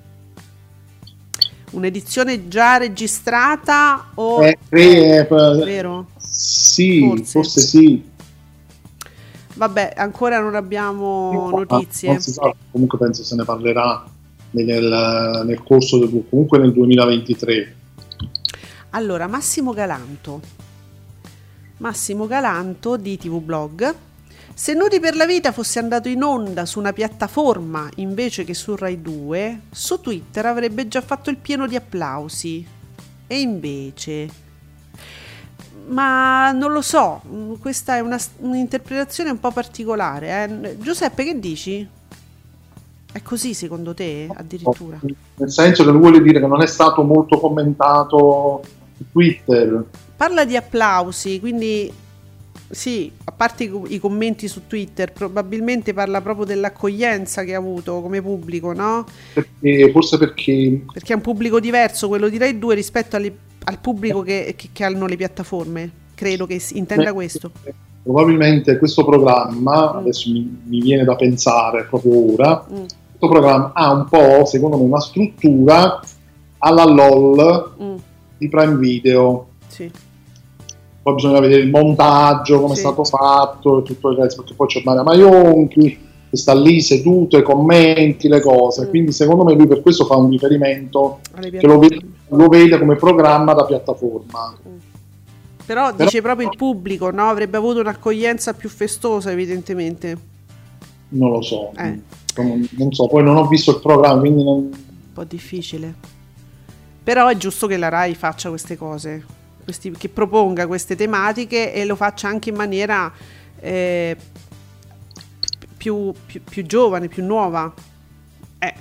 Un'edizione già registrata o eh, tre, eh, vero? Sì, forse. forse sì. Vabbè, ancora non abbiamo no, notizie. Non si sa, comunque penso se ne parlerà nel, nel corso del, comunque nel duemilaventitré. Allora, Massimo Galanto Massimo Galanto di T V Blog. Se Nudi per la vita fosse andato in onda su una piattaforma invece che su Rai due, su Twitter avrebbe già fatto il pieno di applausi. E invece... Ma non lo so, questa è una, un'interpretazione un po' particolare. Eh? Giuseppe, che dici? È così secondo te, addirittura? Nel senso che lui vuole dire che non è stato molto commentato su Twitter. Parla di applausi, quindi sì, a parte i, i commenti su Twitter, probabilmente parla proprio dell'accoglienza che ha avuto come pubblico, no? Perché, forse perché... Perché è un pubblico diverso quello di Rai due rispetto alle, al pubblico che, che, che hanno le piattaforme. Credo che intenda eh, questo. Probabilmente questo programma, mm. adesso mi, mi viene da pensare proprio ora, mm. questo programma ha un po', secondo me, una struttura alla LOL mm. di Prime Video. Sì. Poi bisogna vedere il montaggio, come sì. è stato fatto e tutto il resto, perché poi c'è Maria Maionchi che sta lì seduto e commenti le cose, mm. quindi secondo me lui per questo fa un riferimento che lo vede, lo vede come programma da piattaforma. Mm. Però, Però dice proprio il pubblico, no? Avrebbe avuto un'accoglienza più festosa evidentemente. Non lo so, eh. non, non so, poi non ho visto il programma, quindi non... un po' difficile. Però è giusto che la Rai faccia queste cose. Questi, che proponga queste tematiche e lo faccia anche in maniera eh, più, più, più giovane, più nuova. Eh.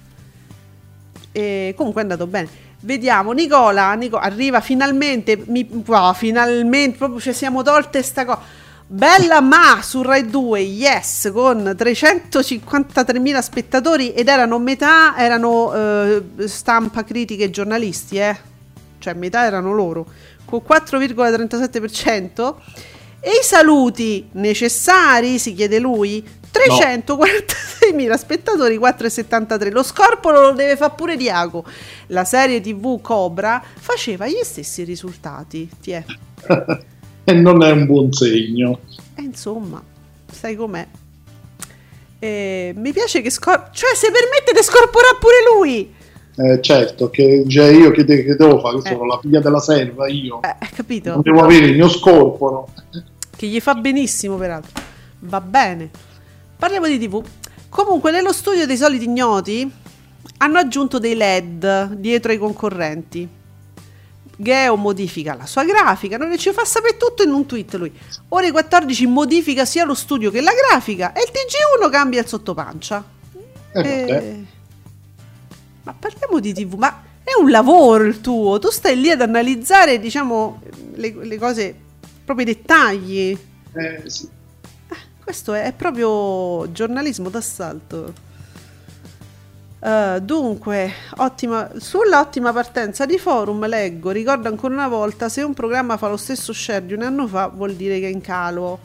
E comunque è andato bene. Vediamo, Nicola, Nico, arriva finalmente, mi, wow, finalmente, proprio ci siamo tolte sta cosa. Bella Ma su Rai due, yes, con trecentocinquantatremila spettatori ed erano metà, erano eh, stampa, critiche e giornalisti, eh. Cioè metà erano loro, con quattro virgola trentasette per cento. E i saluti necessari, si chiede lui, trecentoquarantaseimila spettatori, quattro virgola settantatré. Lo scorporo lo deve fare pure Diago. La serie tivù Cobra faceva gli stessi risultati. Ti è. E non è un buon segno. E insomma, sai com'è. E mi piace che scor- cioè se permette di scorporare pure lui. Eh, certo, che già io che, de- che devo fare? Che eh. sono la figlia della serva, io. Eh, capito? Non devo avere il mio scorporo. Che gli fa benissimo, peraltro. Va bene. Parliamo di tivù. Comunque, nello studio dei soliti ignoti hanno aggiunto dei L E D dietro ai concorrenti. Geo modifica la sua grafica, non ci fa sapere tutto in un tweet lui. Ore quattordici modifica sia lo studio che la grafica e il T G uno cambia il sottopancia. Eh, e... Ma parliamo di tivù, ma è un lavoro il tuo, tu stai lì ad analizzare, diciamo, le, le cose, proprio i dettagli. Eh, sì. eh, questo è, è proprio giornalismo d'assalto. Uh, dunque, ottima, sulla ottima partenza di Forum leggo, ricordo ancora una volta, se un programma fa lo stesso share di un anno fa vuol dire che è in calo.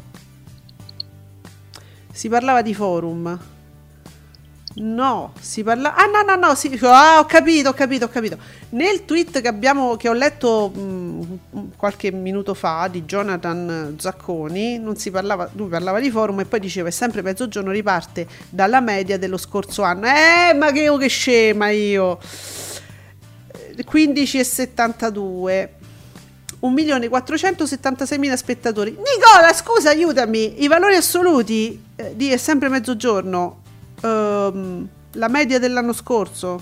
Si parlava di Forum. No, si parla. Ah, no, no, no. Si... Ah, ho capito, ho capito, ho capito. Nel tweet che abbiamo, che ho letto mh, qualche minuto fa di Jonathan Zacconi, non si parlava, lui parlava di Forum e poi diceva: è sempre Mezzogiorno riparte dalla media dello scorso anno. Eh, ma che io che scema io. quindici virgola settantadue. un milione quattrocentosettantaseimila spettatori. Nicola, scusa, aiutami. I valori assoluti eh, di È sempre Mezzogiorno. Um, la media dell'anno scorso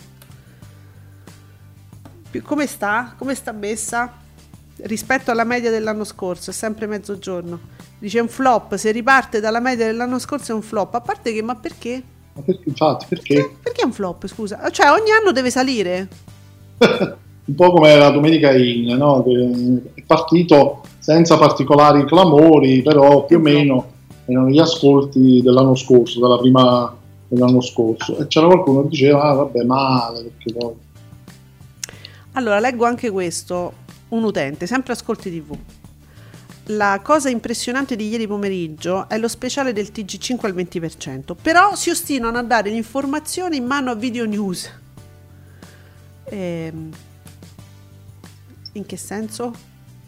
come sta? Come sta messa rispetto alla media dell'anno scorso? È sempre Mezzogiorno. Dice un flop, se riparte dalla media dell'anno scorso è un flop. A parte che, ma perché? Ma perché, infatti, perché? Perché, perché è un flop, scusa? Cioè ogni anno deve salire. Un po' come la Domenica In, no? Che è partito senza particolari clamori, però più o meno erano gli ascolti dell'anno scorso, dalla prima dell'anno scorso, e c'era qualcuno che diceva ah, vabbè, male, perché poi... Allora leggo anche questo, un utente, sempre Ascolti tivù. La cosa impressionante di ieri pomeriggio è lo speciale del T G cinque al venti per cento, però si ostinano a dare l'informazione in mano a Video News. Ehm, in che senso?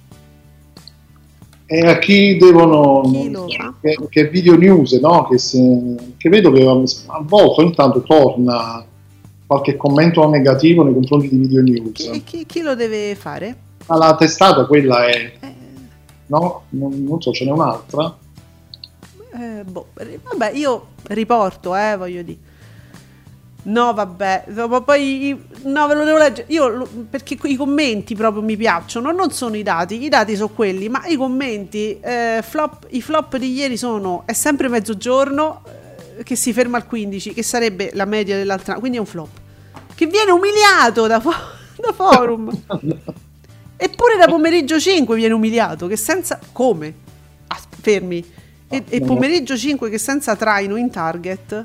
E a chi devono chi lo fa? Che, che Video News, no? Che, se, che vedo che a volte ogni tanto torna qualche commento negativo nei confronti di Video News. Chi, chi, chi lo deve fare? Ma la testata quella è eh. no? Non, non so, ce n'è un'altra? Eh, boh, vabbè, io riporto, eh, voglio dire. No, vabbè, dopo poi no, ve lo devo leggere io perché i commenti proprio mi piacciono, non sono i dati, i dati sono quelli, ma i commenti, eh, flop, i flop di ieri sono è sempre mezzogiorno eh, che si ferma al quindici, che sarebbe la media dell'altra, quindi è un flop che viene umiliato da, fo- da forum. Eppure da pomeriggio cinque viene umiliato, che senza come? Ah, fermi. E, e pomeriggio cinque che senza traino in target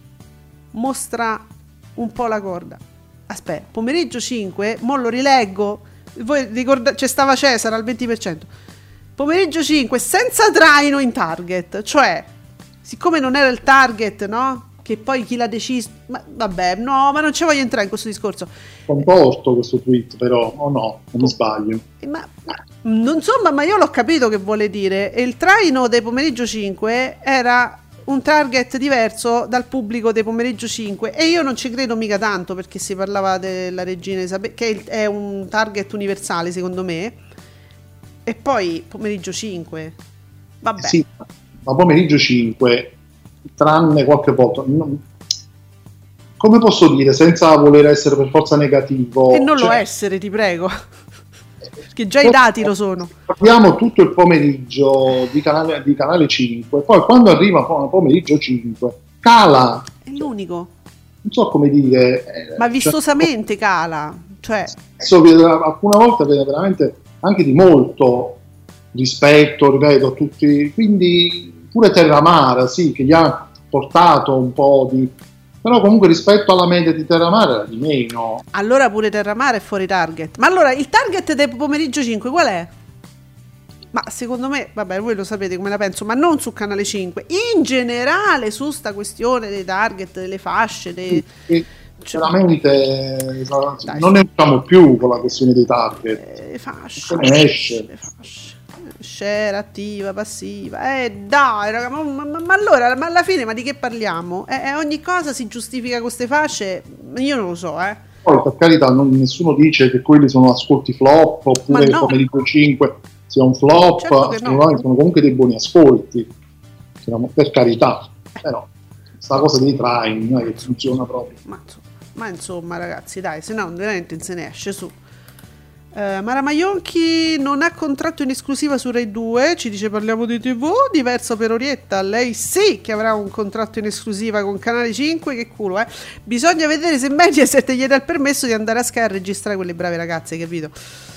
mostra un po' la corda. Aspetta, pomeriggio cinque, mo lo rileggo. Voi ricordate, c'è stava Cesare al venti per cento. Pomeriggio cinque senza traino in target, cioè siccome non era il target, no? Che poi chi l'ha deciso, ma vabbè, no, ma non ci voglio entrare in questo discorso. Contorto questo tweet, però, o no, non mi sbaglio. Ma, ma insomma, ma io l'ho capito che vuole dire. E il traino dei pomeriggio cinque era un target diverso dal pubblico dei pomeriggio cinque, e io non ci credo mica tanto, perché si parlava della regina Isabella, che è un target universale secondo me. E poi pomeriggio cinque, vabbè. Sì, ma pomeriggio cinque, tranne qualche volta, non, come posso dire, senza voler essere per forza negativo, e non cioè, lo essere, ti prego, perché già i dati lo sono. Abbiamo tutto il pomeriggio di canale, di canale cinque, poi quando arriva pomeriggio cinque cala, È l'unico, non so come dire, ma vistosamente cioè, cala, cioè alcune volte viene veramente anche di molto rispetto, ripeto, a tutti, quindi pure Terramara, sì, che gli ha portato un po' di, però comunque rispetto alla media di Terramara era di meno. Allora pure Terramara è fuori target. Ma allora il target del pomeriggio cinque qual è? Ma secondo me, vabbè, voi lo sapete come la penso, ma non su canale cinque, in generale su sta questione dei target, delle fasce, dei... Sì, sì, veramente dai, non ne usciamo più con la questione dei target, le fasce, ne esce. Le fasce. Share, attiva, passiva, eh dai raga, ma, ma, ma allora, ma alla fine, ma di che parliamo? Eh, eh, ogni cosa si giustifica con queste fasce? Io non lo so, eh. Poi per carità, non, nessuno dice che quelli sono ascolti flop, oppure no, il pomeriggio cinque sia un flop, certo sono, no. sono comunque dei buoni ascolti, per carità, però sta cosa dei train non è che funziona proprio. Ma, ma insomma ragazzi, dai, se no veramente se ne esce su. Uh, Mara Maionchi non ha contratto in esclusiva su Rai due, ci dice parliamo di tivù, diverso per Orietta, lei sì che avrà un contratto in esclusiva con Canale cinque, che culo, eh. Bisogna vedere se Mediaset gli dà il permesso di andare a Sky a registrare quelle brave ragazze, capito?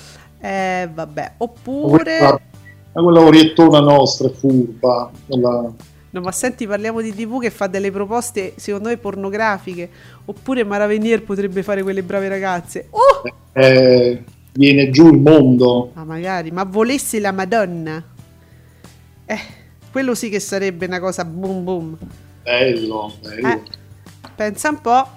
Eh vabbè, oppure... Ma quella Oriettona nostra è furba, quella... No, ma senti, parliamo di tivù che fa delle proposte secondo me pornografiche, oppure Mara Venier potrebbe fare quelle brave ragazze. Oh! Eh... viene giù il mondo. Ma magari, ma volessi la Madonna, eh, quello sì che sarebbe una cosa boom boom. Bello, bello. Eh, pensa un po'.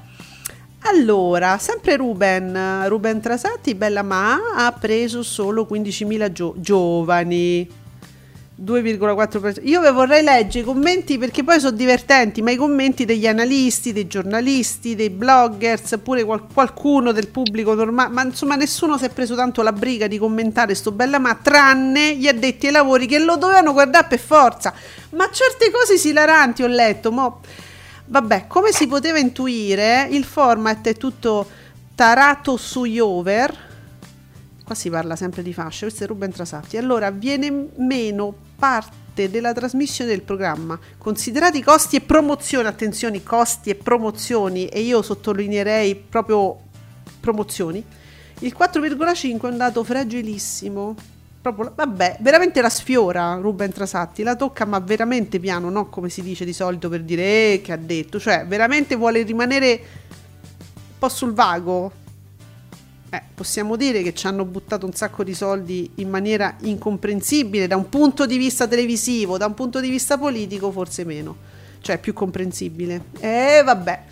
Allora, sempre Ruben, Ruben Trasatti, bella ma ha preso solo quindicimila gio- giovani. due virgola quattro per cento. Io ve vorrei leggere i commenti perché poi sono divertenti, ma i commenti degli analisti, dei giornalisti, dei bloggers, pure qual- qualcuno del pubblico normale, ma insomma nessuno si è preso tanto la briga di commentare sto bella ma, tranne gli addetti ai lavori che lo dovevano guardare per forza. Ma certe cose esilaranti ho letto, mo vabbè, come si poteva intuire, il format è tutto tarato sugli over. Qua si parla sempre di fasce, questo è Ruben Trasatti. Allora viene meno parte della trasmissione del programma, considerati i costi e promozioni, attenzione, costi e promozioni, e io sottolineerei proprio promozioni, il quattro virgola cinque è un dato fragilissimo, proprio, vabbè, veramente la sfiora Ruben Trasatti, la tocca ma veramente piano, no come si dice di solito per dire eh, che ha detto, cioè veramente vuole rimanere un po' sul vago. Eh, possiamo dire che ci hanno buttato un sacco di soldi in maniera incomprensibile da un punto di vista televisivo, da un punto di vista politico forse meno, cioè più comprensibile. E eh, vabbè.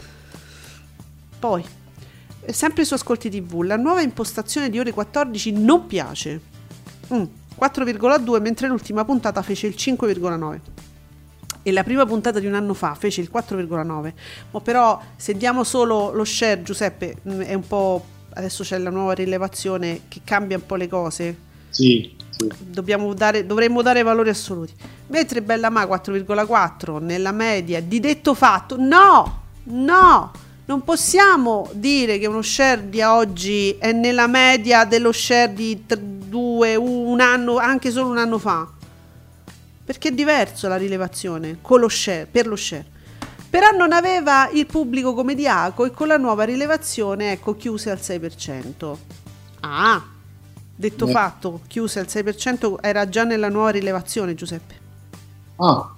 Poi, sempre su Ascolti tivù, la nuova impostazione di ore quattordici non piace. Mm, quattro virgola due, mentre l'ultima puntata fece il cinque virgola nove. E la prima puntata di un anno fa fece il quattro virgola nove. Ma però, se diamo solo lo share, Giuseppe, è un po'... Adesso c'è la nuova rilevazione che cambia un po' le cose. Sì, sì. Dobbiamo dare, dovremmo dare valori assoluti. Mentre Bella Ma quattro virgola quattro nella media di detto fatto, no, no, non possiamo dire che uno share di oggi è nella media dello share di t- due, un anno, anche solo un anno fa, perché è diverso la rilevazione con lo share, per lo share. Però non aveva il pubblico come Diaco e con la nuova rilevazione, ecco, chiuse al sei per cento. Ah, detto eh. fatto, chiuse al sei per cento, era già nella nuova rilevazione, Giuseppe. Ah.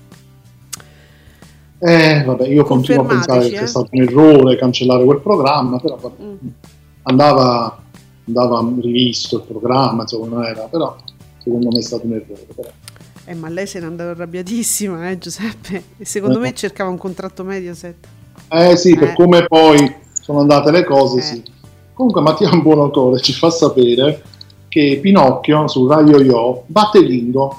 Eh, vabbè, io continuo a pensare che sia eh. stato un errore cancellare quel programma, però vabbè, mm. andava, andava rivisto il programma, insomma, non era, però secondo me è stato un errore. Però. Eh, ma lei se ne andava arrabbiatissima, eh, Giuseppe. E secondo eh. me cercava un contratto Mediaset. Eh sì, eh. per come poi sono andate le cose, eh. sì. Comunque Mattia Buonocore ci fa sapere che Pinocchio su Rai Yo-Yo batte Lingo.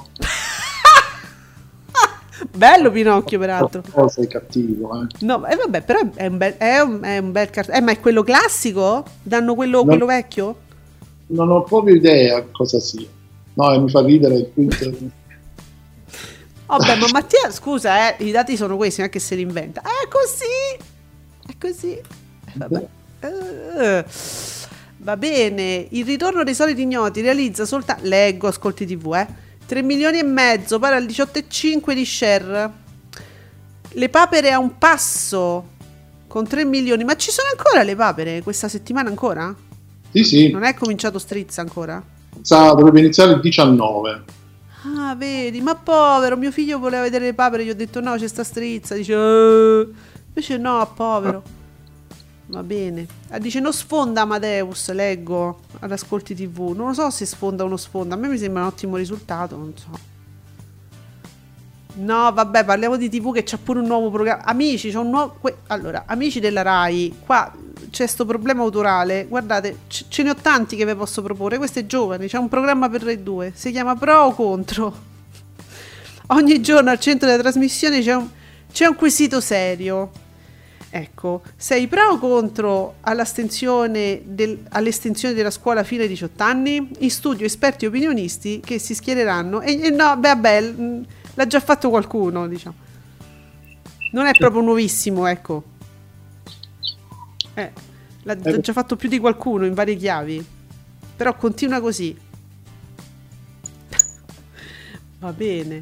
Bello Pinocchio, peraltro. Oh, sei cattivo, eh. No, eh, vabbè, però è un bel, è un, è un bel cartone. Eh, ma è quello classico? Danno quello, non, quello vecchio? Non ho proprio idea cosa sia. No, e mi fa ridere il Twitter. Vabbè, ma Mattia, scusa, eh, i dati sono questi, non è che se li inventa. È così, è così. Eh, vabbè. Uh, va bene. Il ritorno dei soliti ignoti realizza soltanto. Leggo, ascolti tivù, eh. tre milioni e mezzo, pari al diciotto virgola cinque di share. Le papere a un passo con tre milioni. Ma ci sono ancora le papere questa settimana ancora? Sì, sì. Non è cominciato Strizza ancora? Sa, dovrebbe iniziare il diciannove. Ah, vedi, ma povero, mio figlio voleva vedere le papere, gli ho detto no, c'è sta Strizza, dice eh. Invece no, povero. Va bene. Ah, dice non sfonda Amadeus, leggo ad Ascolti tivù. Non lo so se sfonda o non sfonda, a me mi sembra un ottimo risultato, non so. No, vabbè, parliamo di tivù che c'ha pure un nuovo programma. Amici, c'è un nuovo que- allora, amici della Rai, qua c'è sto problema autorale. Guardate, c- ce ne ho tanti che vi posso proporre. Questo è giovane, c'è un programma per Rai due, si chiama Pro o Contro. Ogni giorno al centro della trasmissione c'è un, c'è un quesito serio. Ecco, sei pro o contro all'estensione, del, all'estensione della scuola fino ai diciotto anni? In studio esperti e opinionisti che si schiereranno. E, e no, beh, vabbè, l'ha già fatto qualcuno, diciamo. Non è proprio nuovissimo, ecco. Eh, l'ha, l'ha già fatto più di qualcuno in varie chiavi. Però continua così. Va bene.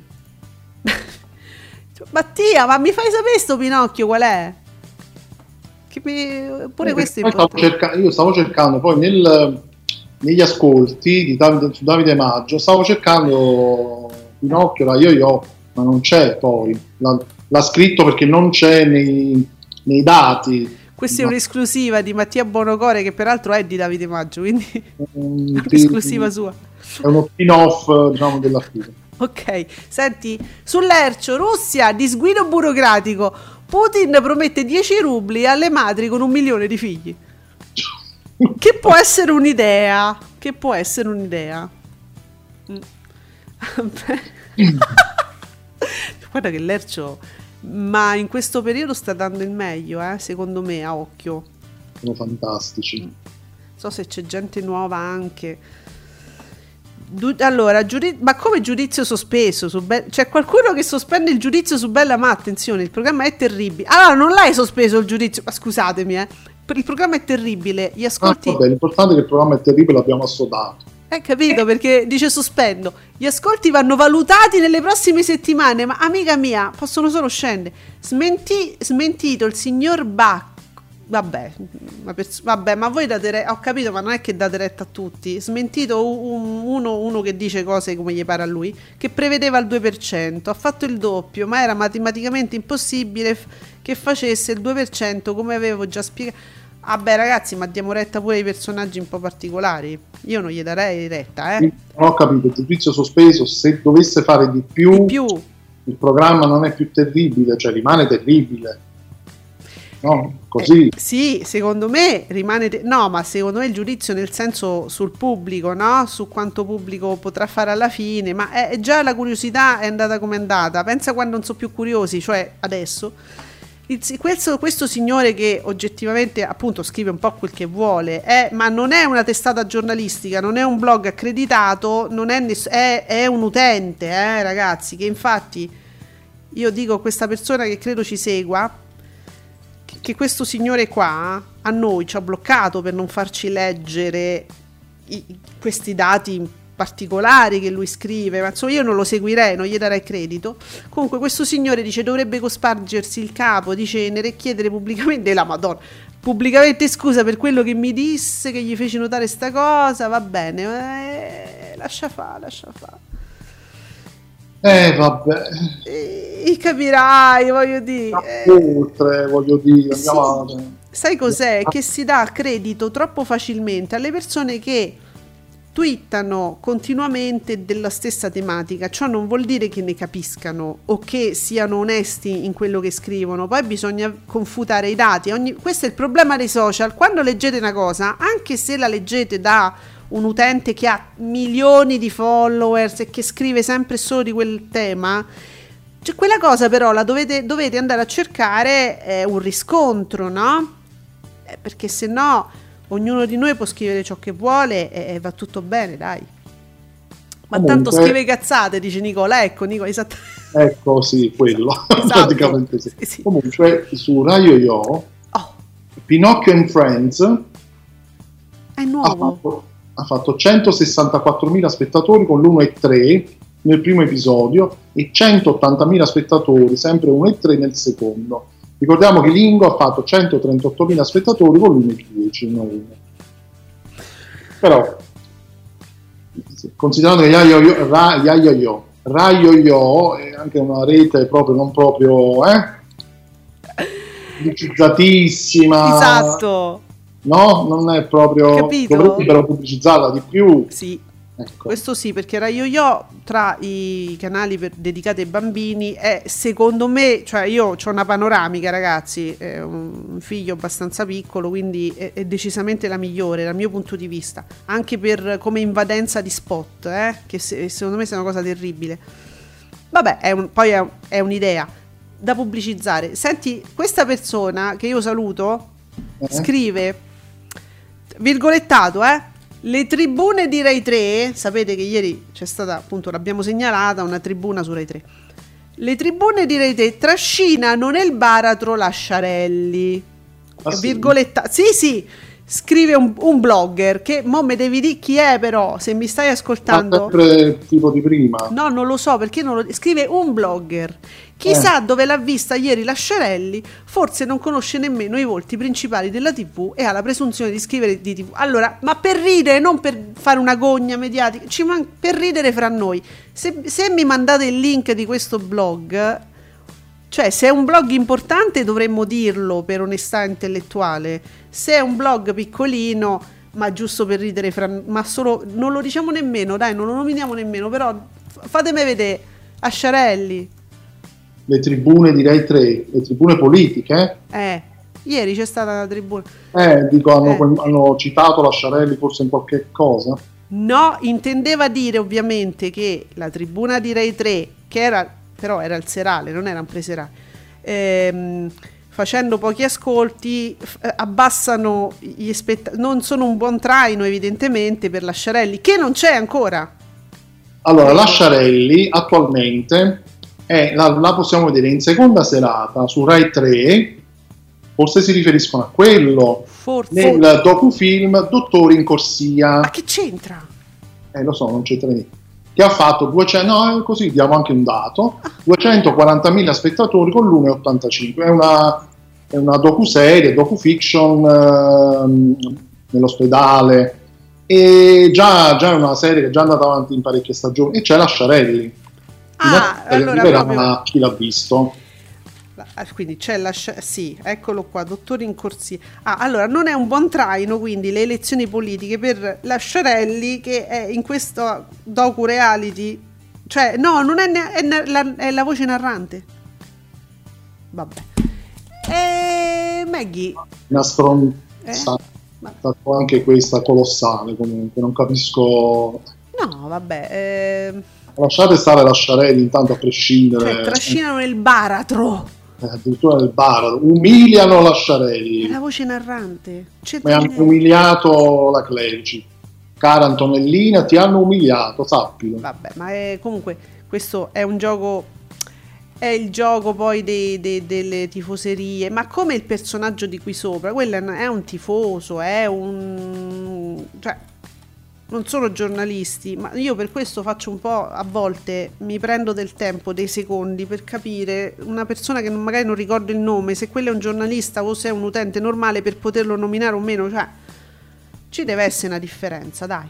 Mattia, ma mi fai sapere sto Pinocchio qual è? Che mi... Pure eh, questo è importante. Stavo cerca... Io stavo cercando poi nel, negli ascolti di Davide, su Davide Maggio, stavo cercando Pinocchio, la Yo-Yo, ma non c'è poi. L'ha, l'ha scritto perché non c'è nei, nei dati. Questa ma... è un'esclusiva di Mattia Buonocore, che peraltro è di Davide Maggio, quindi um, un'esclusiva sua. È uno spin-off, diciamo, della fine. Ok, senti, sull'Ercio, Russia, disguido burocratico, Putin promette dieci rubli alle madri con un milione di figli. Che può essere un'idea, che può essere un'idea. Guarda che l'Ercio, ma in questo periodo sta dando il meglio, eh, secondo me, a occhio. Sono fantastici. Non so se c'è gente nuova anche. Allora, giudi- ma come giudizio sospeso? Su Be- c'è qualcuno che sospende il giudizio su Bella Ma? Attenzione, il programma è terribile. Allora, non l'hai sospeso il giudizio? Ma scusatemi, eh. Il programma è terribile. Gli ascolti. Ah, vabbè, l'importante è che il programma è terribile, l'abbiamo assodato. Eh, capito, perché dice sospendo. Gli ascolti vanno valutati nelle prossime settimane, ma amica mia, possono solo scendere. Smenti- smentito il signor Bach. Vabbè, ma pers- vabbè, ma voi date retta, ho capito, ma non è che date retta a tutti. Smentito un, uno, uno che dice cose come gli pare a lui, che prevedeva il due per cento, ha fatto il doppio, ma era matematicamente impossibile f- che facesse il due per cento, come avevo già spiegato. Vabbè ragazzi, ma diamo retta pure ai personaggi un po' particolari. Io non gli darei retta, eh. Non ho capito, il giudizio sospeso, se dovesse fare di più, di più, il programma non è più terribile, cioè rimane terribile. No, così. Eh, sì, secondo me rimane te- no, ma secondo me il giudizio nel senso sul pubblico, no? Su quanto pubblico potrà fare alla fine, ma è, già la curiosità è andata come è andata. Pensa quando non sono più curiosi, cioè adesso. il, questo, questo signore che oggettivamente appunto scrive un po' quel che vuole, è, ma non è una testata giornalistica, non è un blog accreditato, non è, ness- è, è un utente, eh, ragazzi, che infatti io dico a questa persona che credo ci segua che, che questo signore qua a noi ci ha bloccato per non farci leggere i, questi dati particolari che lui scrive, ma insomma io non lo seguirei, non gli darei credito. Comunque questo signore dice dovrebbe cospargersi il capo, dice ne chiedere pubblicamente la Madonna, pubblicamente scusa per quello che mi disse, che gli feci notare sta cosa, va bene, eh, lascia fa, lascia fa. Eh vabbè. E, capirai, voglio dire. Oltre, voglio dire, andiamo sì. Sai cos'è? Che si dà credito troppo facilmente alle persone che twittano continuamente della stessa tematica. Ciò non vuol dire che ne capiscano o che siano onesti in quello che scrivono, poi bisogna confutare i dati. Ogni... questo è il problema dei social. Quando leggete una cosa, anche se la leggete da un utente che ha milioni di followers e che scrive sempre solo di quel tema, cioè quella cosa però la dovete, dovete andare a cercare eh, un riscontro, no? Eh, perché se no ognuno di noi può scrivere ciò che vuole e, e va tutto bene, dai. Ma comunque, tanto scrive cazzate, dice Nicola. Ecco, Nicola, esattamente. Ecco, sì, quello. Esatto. Praticamente sì. Sì, sì. Comunque, su Rai Yo-Yo, oh. Pinocchio and Friends è nuovo. Ha fatto, ha fatto centosessantaquattromila spettatori con l'uno e tre nel primo episodio e centottantamila spettatori, sempre uno e tre nel secondo. Ricordiamo che Lingo ha fatto centotrentottomila spettatori con l'uno e dieci, non uno. Però, considerando che Rai Yo-Yo, Rai Yo-Yo, Rai Yo-Yo è anche una rete proprio non proprio, eh? pubblicizzatissima. Esatto. No, non è proprio. Capito? Dovrebbero pubblicizzarla di più. Sì. Ecco. Questo sì, perché Rai Yo-Yo tra i canali per, dedicati ai bambini è, secondo me, cioè io ho una panoramica, ragazzi, è un figlio abbastanza piccolo, quindi è, è decisamente la migliore dal mio punto di vista, anche per come invadenza di spot, eh, che se, secondo me è una cosa terribile. Vabbè, è un, poi è, è un'idea da pubblicizzare. Senti, questa persona che io saluto eh? scrive, virgolettato, eh le tribune di Rai tre, sapete che ieri c'è stata, appunto, l'abbiamo segnalata, una tribuna su Rai tre. Le tribune di Rai tre trascinano nel baratro Lasciarelli. Ah, sì? Virgoletta. Sì, sì, scrive un, un blogger che mo me devi dire chi è, però, se mi stai ascoltando. Ma sempre tipo di prima. No, non lo so, perché non lo scrive un blogger. Chissà eh. dove l'ha vista ieri Lasciarelli, forse non conosce nemmeno i volti principali della tivù e ha la presunzione di scrivere di tivù. Allora, ma per ridere, non per fare una gogna mediatica, ci man- per ridere fra noi. Se, se mi mandate il link di questo blog, cioè se è un blog importante dovremmo dirlo per onestà intellettuale, se è un blog piccolino, ma giusto per ridere fra noi, ma solo, non lo diciamo nemmeno, dai, non lo nominiamo nemmeno, però fatemi vedere Lasciarelli. Le tribune di Rai tre, le tribune politiche. Eh, ieri c'è stata una tribuna. Eh, dico, hanno, eh. hanno citato Lasciarelli forse in qualche cosa? No, intendeva dire ovviamente che la tribuna di Rai tre, che era, però era il serale, non era un preserale, ehm, facendo pochi ascolti, f- abbassano gli spettatori, non sono un buon traino evidentemente per Lasciarelli, che non c'è ancora. Allora, Lasciarelli attualmente... Eh, la, la possiamo vedere in seconda serata su Rai tre, forse si riferiscono a quello, forse. Nel docufilm Dottori in corsia. Ma che c'entra? Eh, lo so, non c'entra niente. Che ha fatto duecento, no, così diamo anche un dato, duecentoquarantamila spettatori con l'uno virgola ottantacinque. È una, è una docuserie, docufiction eh, nell'ospedale, e già, già è una serie che è già andata avanti in parecchie stagioni, e c'è Lasciarelli. Ah, allora proprio... chi l'ha visto? Quindi c'è la sì, eccolo qua, Dottori in corsia. Ah, allora non è un buon traino quindi le elezioni politiche per Lasciarelli, che è in questo docu reality, cioè no, non è, ne- è, ne- la, è la voce narrante. Vabbè. E Maggie una stronzata eh? anche questa colossale, comunque non capisco. No, vabbè, eh... lasciate stare Lasciarelli intanto, a prescindere. Cioè, trascinano nel baratro. addirittura nel bar, umiliano la Sciarelli. È la voce narrante. Mi hanno umiliato la Clerici. Cara Antonellina, ti hanno umiliato, sappilo. Vabbè, ma è, comunque questo è un gioco, è il gioco poi dei, dei, delle tifoserie, ma come il personaggio di qui sopra, quello è un tifoso, è un... cioè, non sono giornalisti, ma io per questo faccio un po', a volte mi prendo del tempo, dei secondi, per capire una persona che magari non ricordo il nome, se quello è un giornalista o se è un utente normale, per poterlo nominare o meno, cioè ci deve essere una differenza, dai.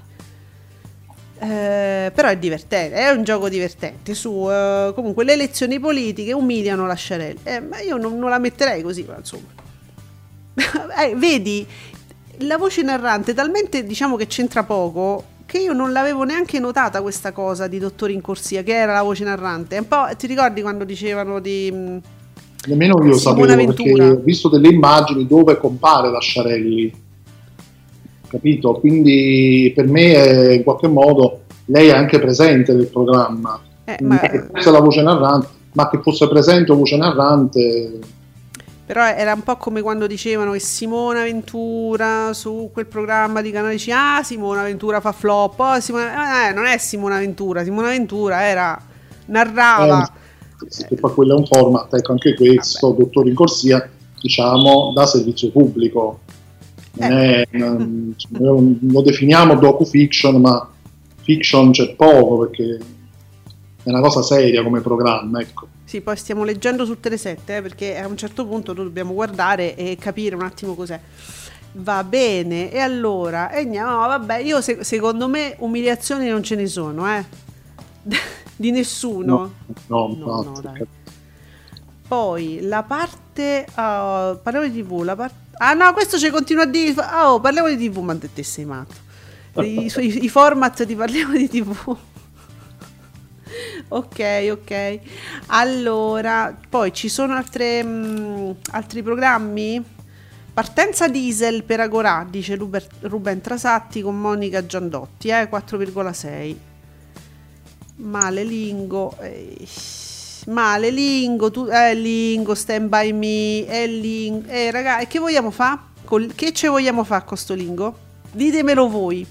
Eh, però è divertente, è un gioco divertente. Su uh, comunque le elezioni politiche umiliano la Sciarelli, eh, ma io non, non la metterei così, ma insomma. eh, vedi, la voce narrante talmente, diciamo, che c'entra poco, che io non l'avevo neanche notata questa cosa di Dottori in corsia, che era la voce narrante. Un po', ti ricordi quando dicevano di nemmeno io Simona sapevo, Ventura? perché ho visto delle immagini dove compare la Sciarelli, capito? Quindi per me è, in qualche modo lei è anche presente nel programma, eh, ma... che fosse la voce narrante, ma che fosse presente o voce narrante. Però era un po' come quando dicevano che Simona Ventura su quel programma di Canale C, ah, Simona Ventura fa flop, oh, Simona... Eh, non è Simona Ventura, Simona Ventura era, narrava. Eh, sì, che poi quello è un format, ecco, anche questo, Vabbè. Dottori in corsia, diciamo, da servizio pubblico. Non eh. è, non, lo definiamo docu-fiction, ma fiction c'è poco, perché è una cosa seria come programma, ecco. Sì, poi stiamo leggendo su Telesette, eh, perché a un certo punto noi dobbiamo guardare e capire un attimo cos'è. Va bene, e allora, e andiamo, no, vabbè, io se, secondo me umiliazioni non ce ne sono, eh, di nessuno. No, no, no, no, dai. Poi la parte, uh, parliamo di tivù, la parte, ah no, questo ci continua a dire, oh, parliamo di tivù, ma te sei matto. I, i, i format di parliamo di tivù. Ok, ok. Allora, poi ci sono altre, mh, altri programmi? Partenza diesel per Agorà, dice Ruben, Ruben Trasatti con Monica Giandotti, eh, quattro virgola sei. Male Lingo, eh, male Lingo, tu, eh, Lingo, Stand By Me, eh, Lingo, eh, ragazzi, che vogliamo fare? Che ce vogliamo fare con sto Lingo? Ditemelo voi.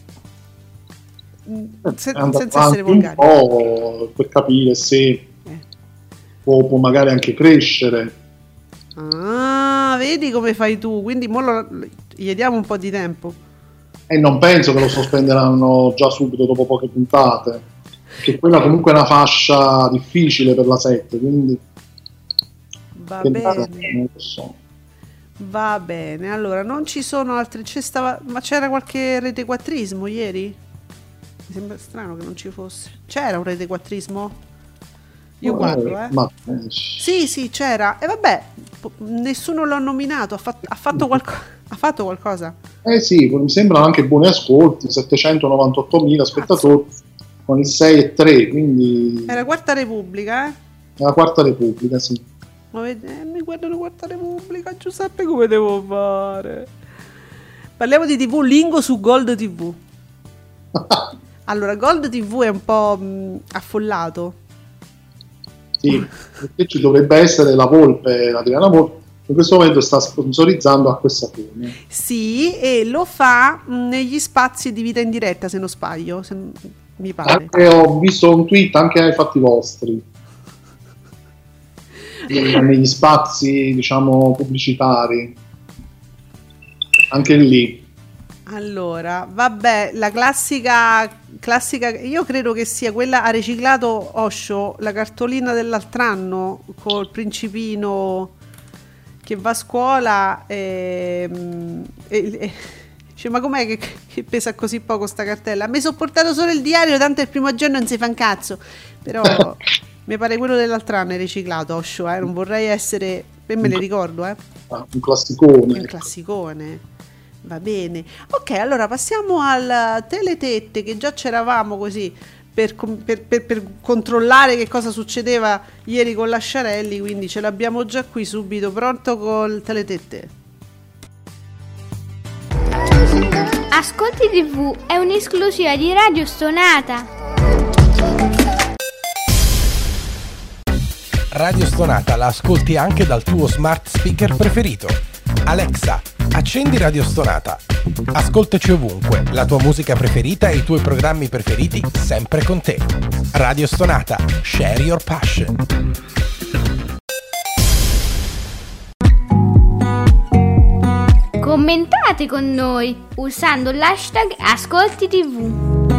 Se, senza essere volgari, un po' per capire se eh. può, può magari anche crescere. Ah, vedi come fai tu, quindi mo lo, gli diamo un po' di tempo. E non penso che lo sospenderanno già subito dopo poche puntate, perché quella comunque è una fascia difficile per la sette, quindi va bene, non lo so. Va bene, allora non ci sono altri, c'è stava, ma c'era qualche retequattrismo ieri? Mi sembra strano che non ci fosse. C'era un retequattrismo? Io oh, guardo, eh. Ma... Sì, sì, c'era. E vabbè, nessuno l'ha nominato. Ha fatto, ha fatto, qualco... ha fatto qualcosa? Eh sì, mi sembrano anche buoni ascolti. settecentonovantottomila spettatori con il sei e tre. Quindi... Era Quarta Repubblica, eh? Era Quarta Repubblica, sì. Ma eh, mi guardano Quarta Repubblica, Giuseppe, come devo fare? Parliamo di tivù, Lingo su Gold tivù. Allora, Gold tivù è un po' mh, affollato. Sì, perché ci dovrebbe essere la Volpe, la Adriana Volpe, in questo momento sta sponsorizzando Acqua e Sapone. Sì, e lo fa mh, negli spazi di Vita in Diretta, se non sbaglio, se non, mi pare. Anche ho visto un tweet anche ai fatti vostri. Negli spazi, diciamo, pubblicitari. Anche lì. Allora, vabbè, la classica, classica, io credo che sia quella, ha riciclato Osho, la cartolina dell'altro anno col principino che va a scuola e, e, e dice, ma com'è che, che pesa così poco sta cartella? Mi sono portato solo il diario, tanto il primo giorno non si fa un cazzo, però mi pare quello dell'altro anno è riciclato Osho, eh? Non vorrei essere, e me le ricordo, eh? Un classicone. Un classicone. Va bene, ok, allora passiamo al Teletette, che già c'eravamo così per, per, per, per controllare che cosa succedeva ieri con la Sciarelli, quindi ce l'abbiamo già qui subito pronto col Teletette. Ascolti tivù è un'esclusiva di Radio Stonata. Radio Stonata la ascolti anche dal tuo smart speaker preferito. Alexa, accendi Radio Stonata. Ascoltaci ovunque, la tua musica preferita e i tuoi programmi preferiti sempre con te. Radio Stonata, share your passion. Commentate con noi usando l'hashtag Ascolti tivù.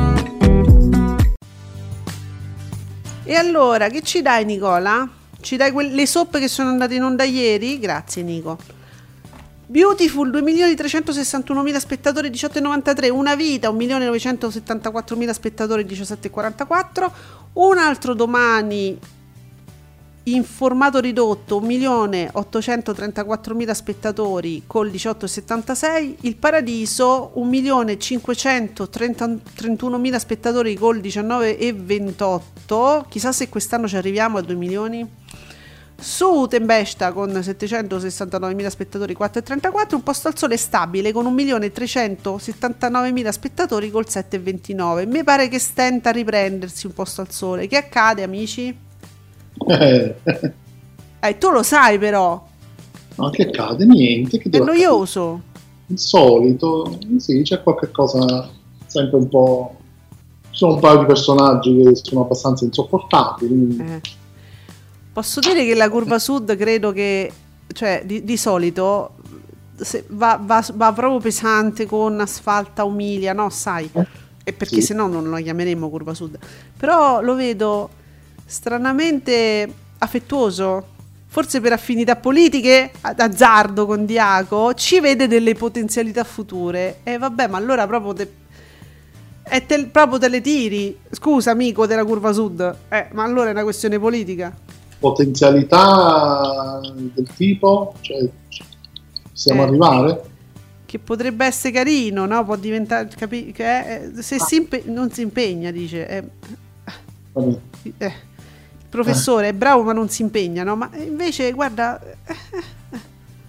E allora, che ci dai, Nicola? Ci dai que- le soppe che sono andate in onda ieri? Grazie, Nico. Beautiful, due milioni trecentosessantunomila spettatori, diciotto virgola novantatré. Una vita, un milione novecentosettantaquattromila spettatori, diciassette virgola quarantaquattro. Un altro domani in formato ridotto, un milione ottocentotrentaquattromila spettatori col diciotto virgola settantasei. Il Paradiso, un milione cinquecentotrentunomila spettatori col diciannove virgola ventotto. Chissà se quest'anno ci arriviamo a due milioni. Su Tempesta con settecentosessantanovemila spettatori, quattro virgola trentaquattro. Un Posto al Sole stabile con un milione trecentosettantanovemila spettatori col sette virgola ventinove. Mi pare che stenta a riprendersi Un Posto al Sole. Che accade, amici? Eh, Eh, tu lo sai però. ma che accade? Niente. Che È deve accadere? noioso. Il solito, sì, c'è qualche cosa sempre un po'. Ci sono un paio di personaggi che sono abbastanza insopportabili. Eh. Posso dire che la curva sud credo che, cioè, di, di solito se va, va, va proprio pesante con asfalta umilia, no? Sai? E perché Sì. se no non la chiameremo curva sud. Però lo vedo stranamente affettuoso. Forse per affinità politiche, d'azzardo con Diaco, ci vede delle potenzialità future. E vabbè, ma allora proprio te, è te, proprio te le tiri. Scusa, amico della curva sud. Eh, ma allora è una questione politica. Potenzialità del tipo, cioè possiamo Eh. arrivare? Che potrebbe essere carino, no? Può diventare, capi- che è- se si impe- non si impegna, dice. eh, Vabbè. eh, il professore è bravo ma non si impegna, no? Ma invece, guarda. eh, eh,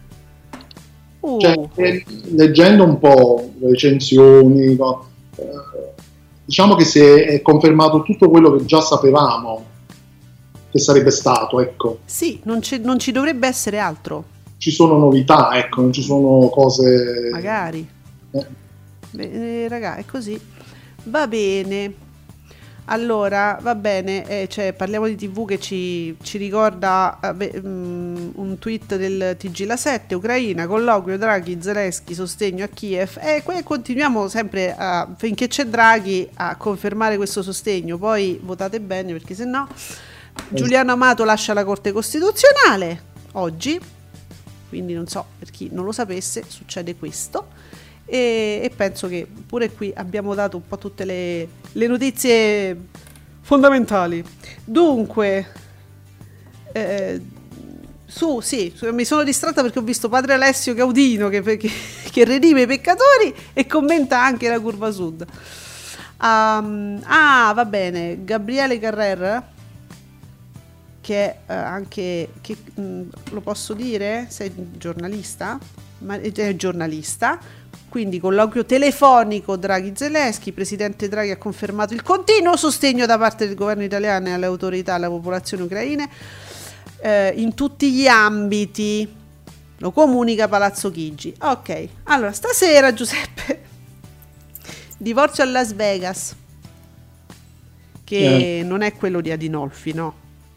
uh, Cioè, eh, leggendo un po' le recensioni, no, eh, diciamo che si è, è confermato tutto quello che già sapevamo che sarebbe stato, ecco. sì, non, c'è- non ci dovrebbe essere altro, Ci sono novità, ecco, non ci sono cose. magari. Eh. Bene, raga, è così. Va bene. Allora, va bene, eh, cioè, parliamo di tivù che ci, ci ricorda eh, beh, mm, un tweet del T G La sette, Ucraina, colloquio Draghi, Zelensky, sostegno a Kiev, e que- continuiamo sempre a, finché c'è Draghi a confermare questo sostegno, poi votate bene perché sennò Giuliano Amato lascia la Corte Costituzionale oggi, quindi non so, per chi non lo sapesse succede questo. E, e penso che pure qui abbiamo dato un po' tutte le, le notizie fondamentali. Dunque, eh, su, sì, su- mi sono distratta perché ho visto padre Alessio Gaudino che, che, che redime i peccatori e commenta anche la curva sud. Um, ah, va bene, Gabriele Carrer, che è eh, anche, che, mh, lo posso dire? Sei giornalista? Ma è giornalista. Quindi colloquio telefonico Draghi-Zelensky, presidente Draghi ha confermato il continuo sostegno da parte del governo italiano e alle autorità alla popolazione ucraina eh, in tutti gli ambiti, lo comunica Palazzo Chigi. Ok, allora stasera Giuseppe, divorzio a Las Vegas, che Eh. non è quello di Adinolfi, no?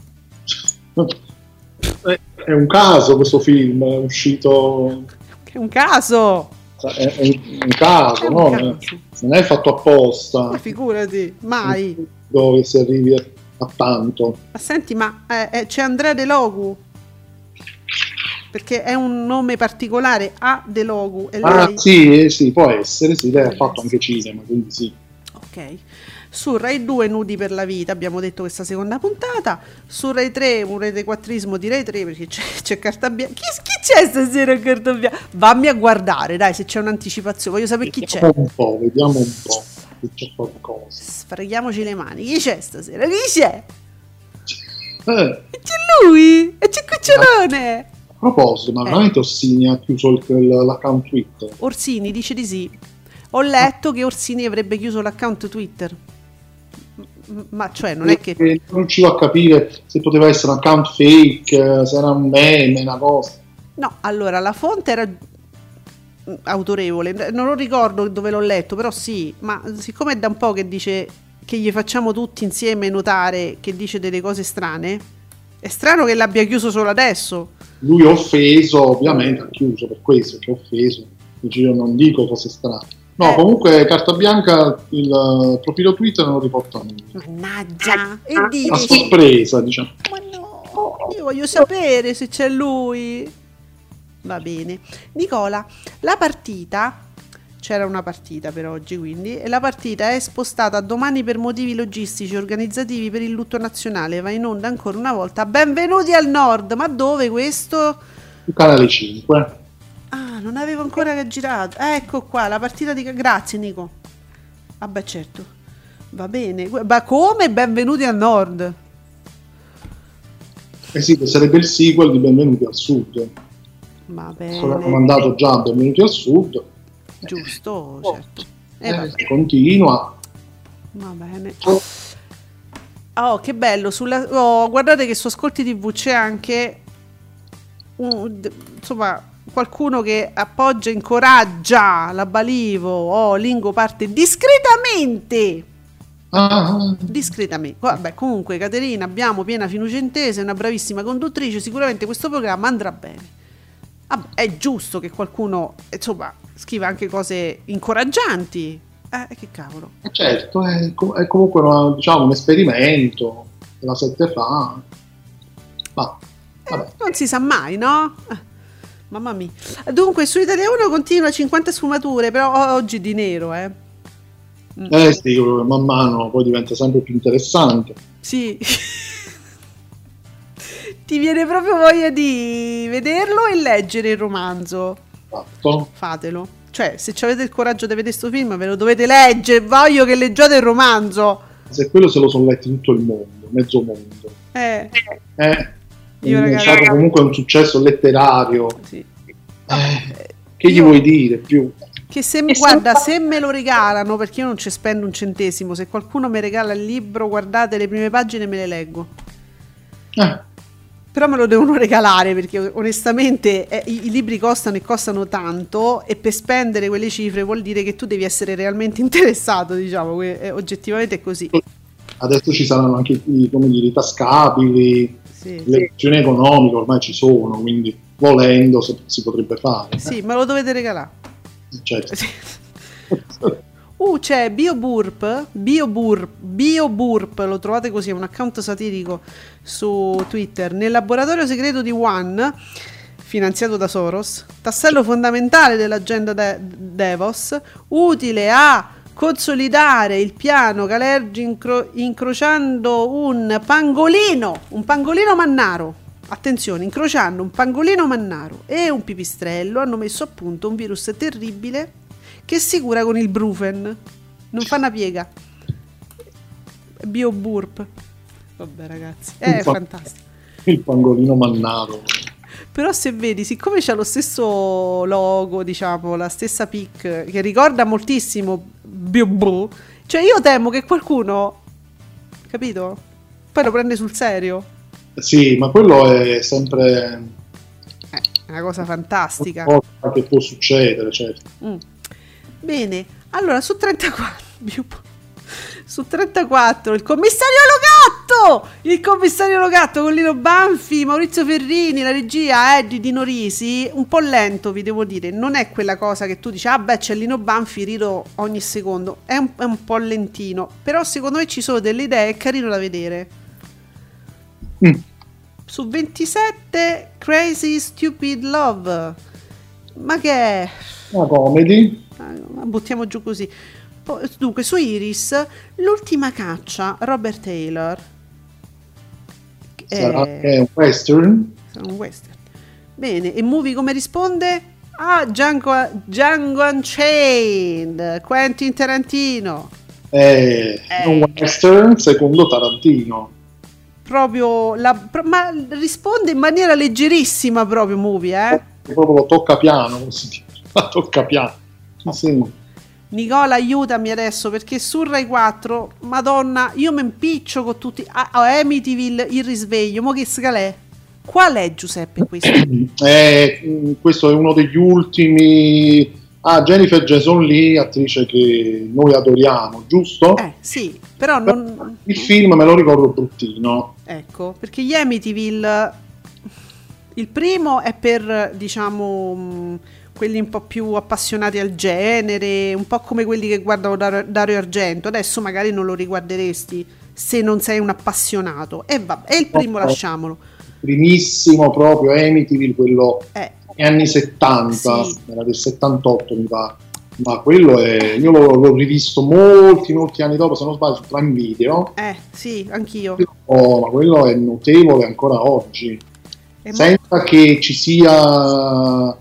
È un caso questo film, è uscito. È un caso, È, è un, un caso, È un no? caso. Non è fatto apposta. ma figurati, mai. Dove si arrivi a, a tanto. Ma senti, ma eh, eh, c'è Andrea De Logu? Perché è un nome particolare, A De Logu, e Ah, lei... sì, eh, sì, può essere, sì, lei ha fatto anche cinema, quindi sì. Ok. Su Rai due Nudi per la vita, abbiamo detto questa seconda puntata. Su Rai tre un retequattrismo di Rai tre perché c'è, c'è carta bianca. Chi, chi c'è stasera in carta bianca? Vammi a guardare, dai, se c'è un'anticipazione. Voglio sapere chi c'è. Vediamo un po', vediamo un po' se c'è qualcosa. Sfreghiamoci le mani. Chi c'è stasera? Chi c'è? Eh, E c'è lui! E c'è Cucciolone! a proposito, ma Eh. veramente Ossini ha chiuso il- il- l'account Twitter? Orsini dice di sì. Ho letto che Orsini avrebbe chiuso l'account Twitter. ma cioè non è che... Non riuscivo a capire se poteva essere un account fake, se era un meme, una cosa. No, allora la fonte era autorevole, non lo ricordo dove l'ho letto, però sì, ma siccome è da un po' che dice che gli facciamo tutti insieme notare che dice delle cose strane, è strano che l'abbia chiuso solo adesso. Lui è offeso, ovviamente ha chiuso per questo, che è offeso, dice io non dico cose strane. No, eh. Comunque carta bianca, il profilo Twitter non riporta nulla. Mannaggia, e dici? A sorpresa, diciamo. Ma no, io voglio sapere se c'è lui. Va bene. Nicola, la partita, c'era una partita per oggi quindi, e la partita è spostata a domani per motivi logistici organizzativi per il lutto nazionale. Va in onda ancora una volta. Benvenuti al Nord, ma dove questo? Su Canale cinque. Ah, non avevo ancora girato. Ecco qua, la partita di... Grazie Nico. Vabbè, certo. Va bene. Ma come Benvenuti al Nord? Eh sì, che sarebbe il sequel di Benvenuti al Sud. Va bene. Hanno mandato già Benvenuti al Sud. Giusto, eh, certo. Eh, eh, continua. Va bene. Oh, che bello. Sulla... Oh, guardate che su Ascolti tivù c'è anche un... insomma... qualcuno che appoggia, incoraggia la Balivo. Oh, Lingo parte discretamente. Ah. Discretamente. Vabbè, comunque, Caterina, abbiamo piena fiducia, una bravissima conduttrice. Sicuramente questo programma andrà bene. Vabbè, è giusto che qualcuno, insomma, scriva anche cose incoraggianti. Eh, che cavolo. Eh certo, è, com- è comunque una, diciamo, un esperimento che la sette fa. Ma, vabbè. Eh, non si sa mai, no? Eh. Mamma mia. Dunque su Italia uno continua cinquanta sfumature, però oggi di nero, eh. Mm. Eh sì, man mano poi diventa sempre più interessante. Sì. Ti viene proprio voglia di vederlo e leggere il romanzo. Esatto. Fatelo. Cioè, se avete il coraggio di vedere questo film, ve lo dovete leggere. Voglio che leggiate il romanzo. Se quello se lo sono letti tutto il mondo, mezzo mondo. Eh. Eh. Io, è ragazzi, stato comunque un successo letterario. Sì. Eh, che io, gli vuoi dire più? Che se, guarda, se me lo regalano, perché io non ci spendo un centesimo, se qualcuno mi regala il libro, guardate le prime pagine, me le leggo. Eh. Però me lo devono regalare, perché onestamente eh, i, i libri costano e costano tanto, e per spendere quelle cifre vuol dire che tu devi essere realmente interessato, diciamo, que- eh, oggettivamente è così. Adesso ci saranno anche i, come dire, i tascabili. Sì, le opzioni sì. economiche ormai ci sono, quindi volendo si, si potrebbe fare. Sì, eh. me lo dovete regalare. Certo. Sì. uh, c'è BioBurp, BioBurp, BioBurp, lo trovate così, è un account satirico su Twitter. Nel laboratorio segreto di One, finanziato da Soros, tassello fondamentale dell'agenda de- Davos, utile a consolidare il piano Kalergi incro- incrociando un pangolino, un pangolino mannaro, attenzione, incrociando un pangolino mannaro e un pipistrello, hanno messo a punto un virus terribile che si cura con il Brufen. Non fa una piega. BioBurp. Vabbè ragazzi, è fa- fantastico. Il pangolino mannaro. Però se vedi, siccome c'ha lo stesso logo, diciamo, la stessa pic, che ricorda moltissimo BioBu, cioè io temo che qualcuno, capito? Poi lo prende sul serio. Sì, ma quello è sempre eh, è una cosa fantastica. Una cosa che può succedere, certo. Mm. Bene, allora su trentaquattro BioBu. Su trentaquattro il commissario Logatto, il commissario Logatto con Lino Banfi, Maurizio Ferrini, la regia è di Dino Risi, un po' lento vi devo dire, non è quella cosa che tu dici ah beh c'è Lino Banfi, rido ogni secondo, è un, è un po' lentino, però secondo me ci sono delle idee, è carino da vedere. mm. Su ventisette Crazy Stupid Love, ma che è? Una comedy, ah, buttiamo giù così. Dunque su Iris l'ultima caccia, Robert Taylor, sarà è, è un western, sarà un western. Bene, e Movie come risponde? Ah, Django, Django Unchained, Quentin Tarantino, è eh. un western secondo Tarantino, proprio la, ma risponde in maniera leggerissima proprio Movie, eh? proprio lo tocca piano, così. La tocca piano, sì, sì. Nicola, aiutami adesso, perché su Rai quattro, madonna, io mi impiccio con tutti. A ah, Amityville, il risveglio, mo che scalè? Qual è, Giuseppe, questo? Eh, questo è uno degli ultimi. Ah, Jennifer Jason Leigh, attrice che noi adoriamo, giusto? Eh, sì, però non... Il film me lo ricordo bruttino. Ecco, perché gli Amityville, il primo è per, diciamo, quelli un po' più appassionati al genere, un po' come quelli che guardano Dar- Dario Argento. Adesso magari non lo riguarderesti se non sei un appassionato. E vabbè, e il primo no, lasciamolo. Primissimo proprio, Amityville, quello Eh. anni settanta, Sì. era del settantotto mi pare, ma quello è, io l'ho, l'ho rivisto molti molti anni dopo, se non sbaglio, su Prime Video. Eh, sì, anch'io. Oh, ma quello è notevole ancora oggi, E senza mo- che ci sia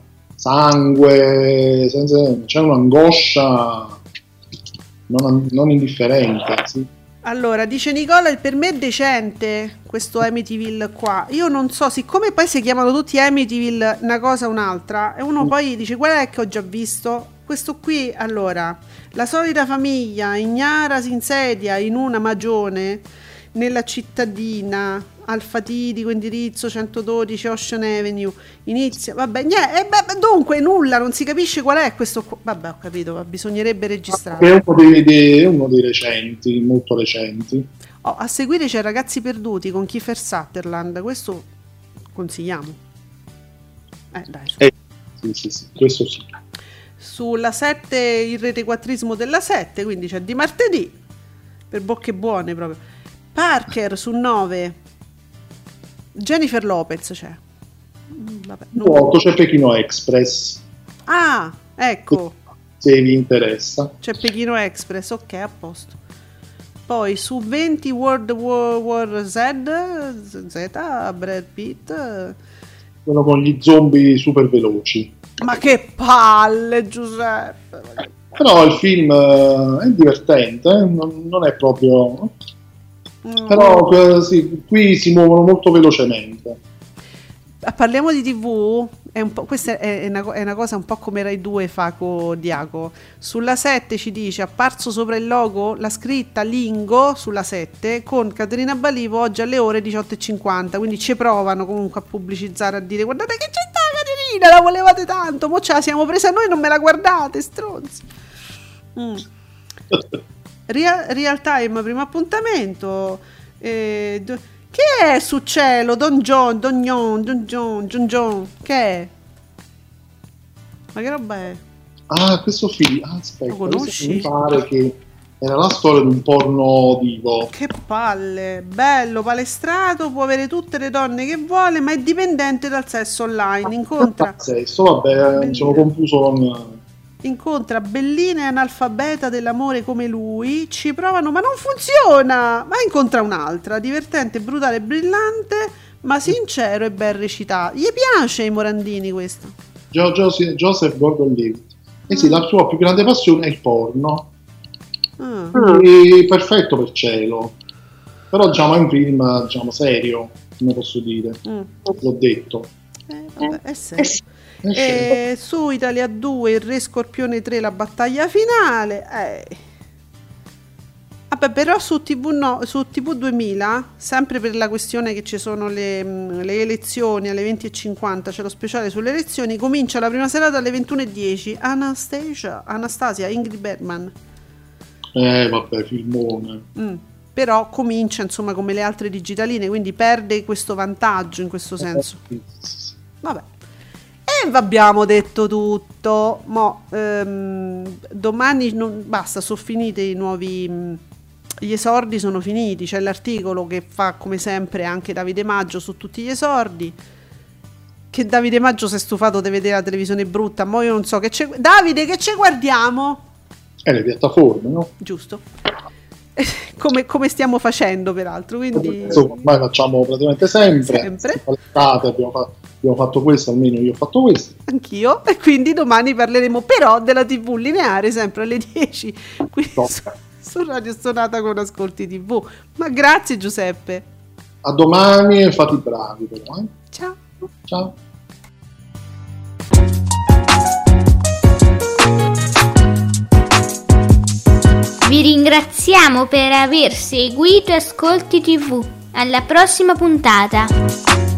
sangue, senza, c'è un'angoscia non, non indifferente, sì. Allora, dice Nicola, per me è decente questo Amityville qua. Io non so, siccome poi si chiamano tutti Amityville una cosa o un'altra, e uno poi dice, qual è che ho già visto? Questo qui, allora, la solita famiglia ignara si insedia in una magione nella cittadina al fatidico indirizzo centododici Ocean Avenue. Inizia, vabbè, niente, eh, beh, dunque nulla, non si capisce qual è questo qua. Vabbè, ho capito, bisognerebbe registrare. È uno dei, dei, uno dei recenti, molto recenti. Oh, a seguire c'è Ragazzi perduti con Kiefer Sutherland, questo consigliamo. Eh, dai, su. Eh, sì, sì, sì, questo sì. Sulla sette il retequattrismo della sette, quindi c'è di martedì, per bocche buone proprio. Parker su nove, Jennifer Lopez c'è. Mm, vabbè, non- otto c'è Pechino Express, Ah, ecco, se vi interessa. c'è Pechino Express, ok, a posto. Poi su venti World War, War Z, Z, Brad Pitt. Quello con gli zombie super veloci. Ma che palle, Giuseppe! Però il film eh, è divertente, eh, non, non è proprio... Mm. Però eh, sì, qui si muovono molto velocemente. Parliamo di tivù, è un po', questa è una, è una cosa un po' come Rai due fa con Diaco. Sulla sette ci dice, apparso sopra il logo la scritta Lingo sulla sette con Caterina Balivo oggi alle ore diciotto e cinquanta, quindi ci provano comunque a pubblicizzare, a dire guardate che c'è sta Caterina, la volevate tanto, mo ce la siamo presa noi, non me la guardate, stronzi. Mm. Real, real Time, primo appuntamento. Eh, do, che è su cielo? Don John, Don John, Don John, John John. Che è? Ma che roba è? Ah, questo film, ah, aspetta, Lo conosci? questo mi pare che era la storia di un porno divo. Che palle. Bello, palestrato, può avere tutte le donne che vuole, ma è dipendente dal sesso online. Incontra, Pazzesco, vabbè, mi sono confuso con... incontra belline e analfabeta dell'amore come lui, ci provano ma non funziona, ma incontra un'altra, divertente, brutale, brillante, ma sincero e ben recitato. Gli piace ai Morandini questo? Jo- Joseph, Joseph Gordon-Levitt. Eh sì, la sua più grande passione è il porno. Ah. E perfetto per cielo. Però diciamo è un film, diciamo, serio, come posso dire. Mm. L'ho detto. Eh, vabbè, è serio. Eh, sì. E su Italia due il Re Scorpione tre la battaglia finale. Eh. Vabbè, però su T V, no, su T V duemila, sempre per la questione che ci sono le, mh, le elezioni alle venti e cinquanta, c'è lo speciale sulle elezioni, comincia la prima serata alle ventuno e dieci. Anastasia, Anastasia Ingrid Bergman. Eh vabbè, filmone. Mm. Però comincia insomma come le altre digitaline, quindi perde questo vantaggio in questo senso. Sì, sì, sì. Vabbè. E abbiamo detto tutto. Mo, ehm, domani non, basta, sono finiti i nuovi. Mh, gli esordi sono finiti. C'è l'articolo che fa come sempre anche Davide Maggio su tutti gli esordi. Che Davide Maggio si è stufato di vedere la televisione brutta. Mo io non so che c'è. Davide, che ci guardiamo? Eh, le piattaforme, no? Giusto. Come, come stiamo facendo peraltro, quindi Insomma, ormai facciamo praticamente sempre. Sempre. L'estate abbiamo, fa- abbiamo fatto questo, almeno io ho fatto questo. anch'io, e quindi domani parleremo però della tivù lineare sempre alle dieci qui No. su, su Radio Stonata con Ascolti tivù. Ma grazie Giuseppe, A domani e fate i bravi però, eh? ciao. Ciao. Vi ringraziamo per aver seguito Ascolti tivù. Alla prossima puntata.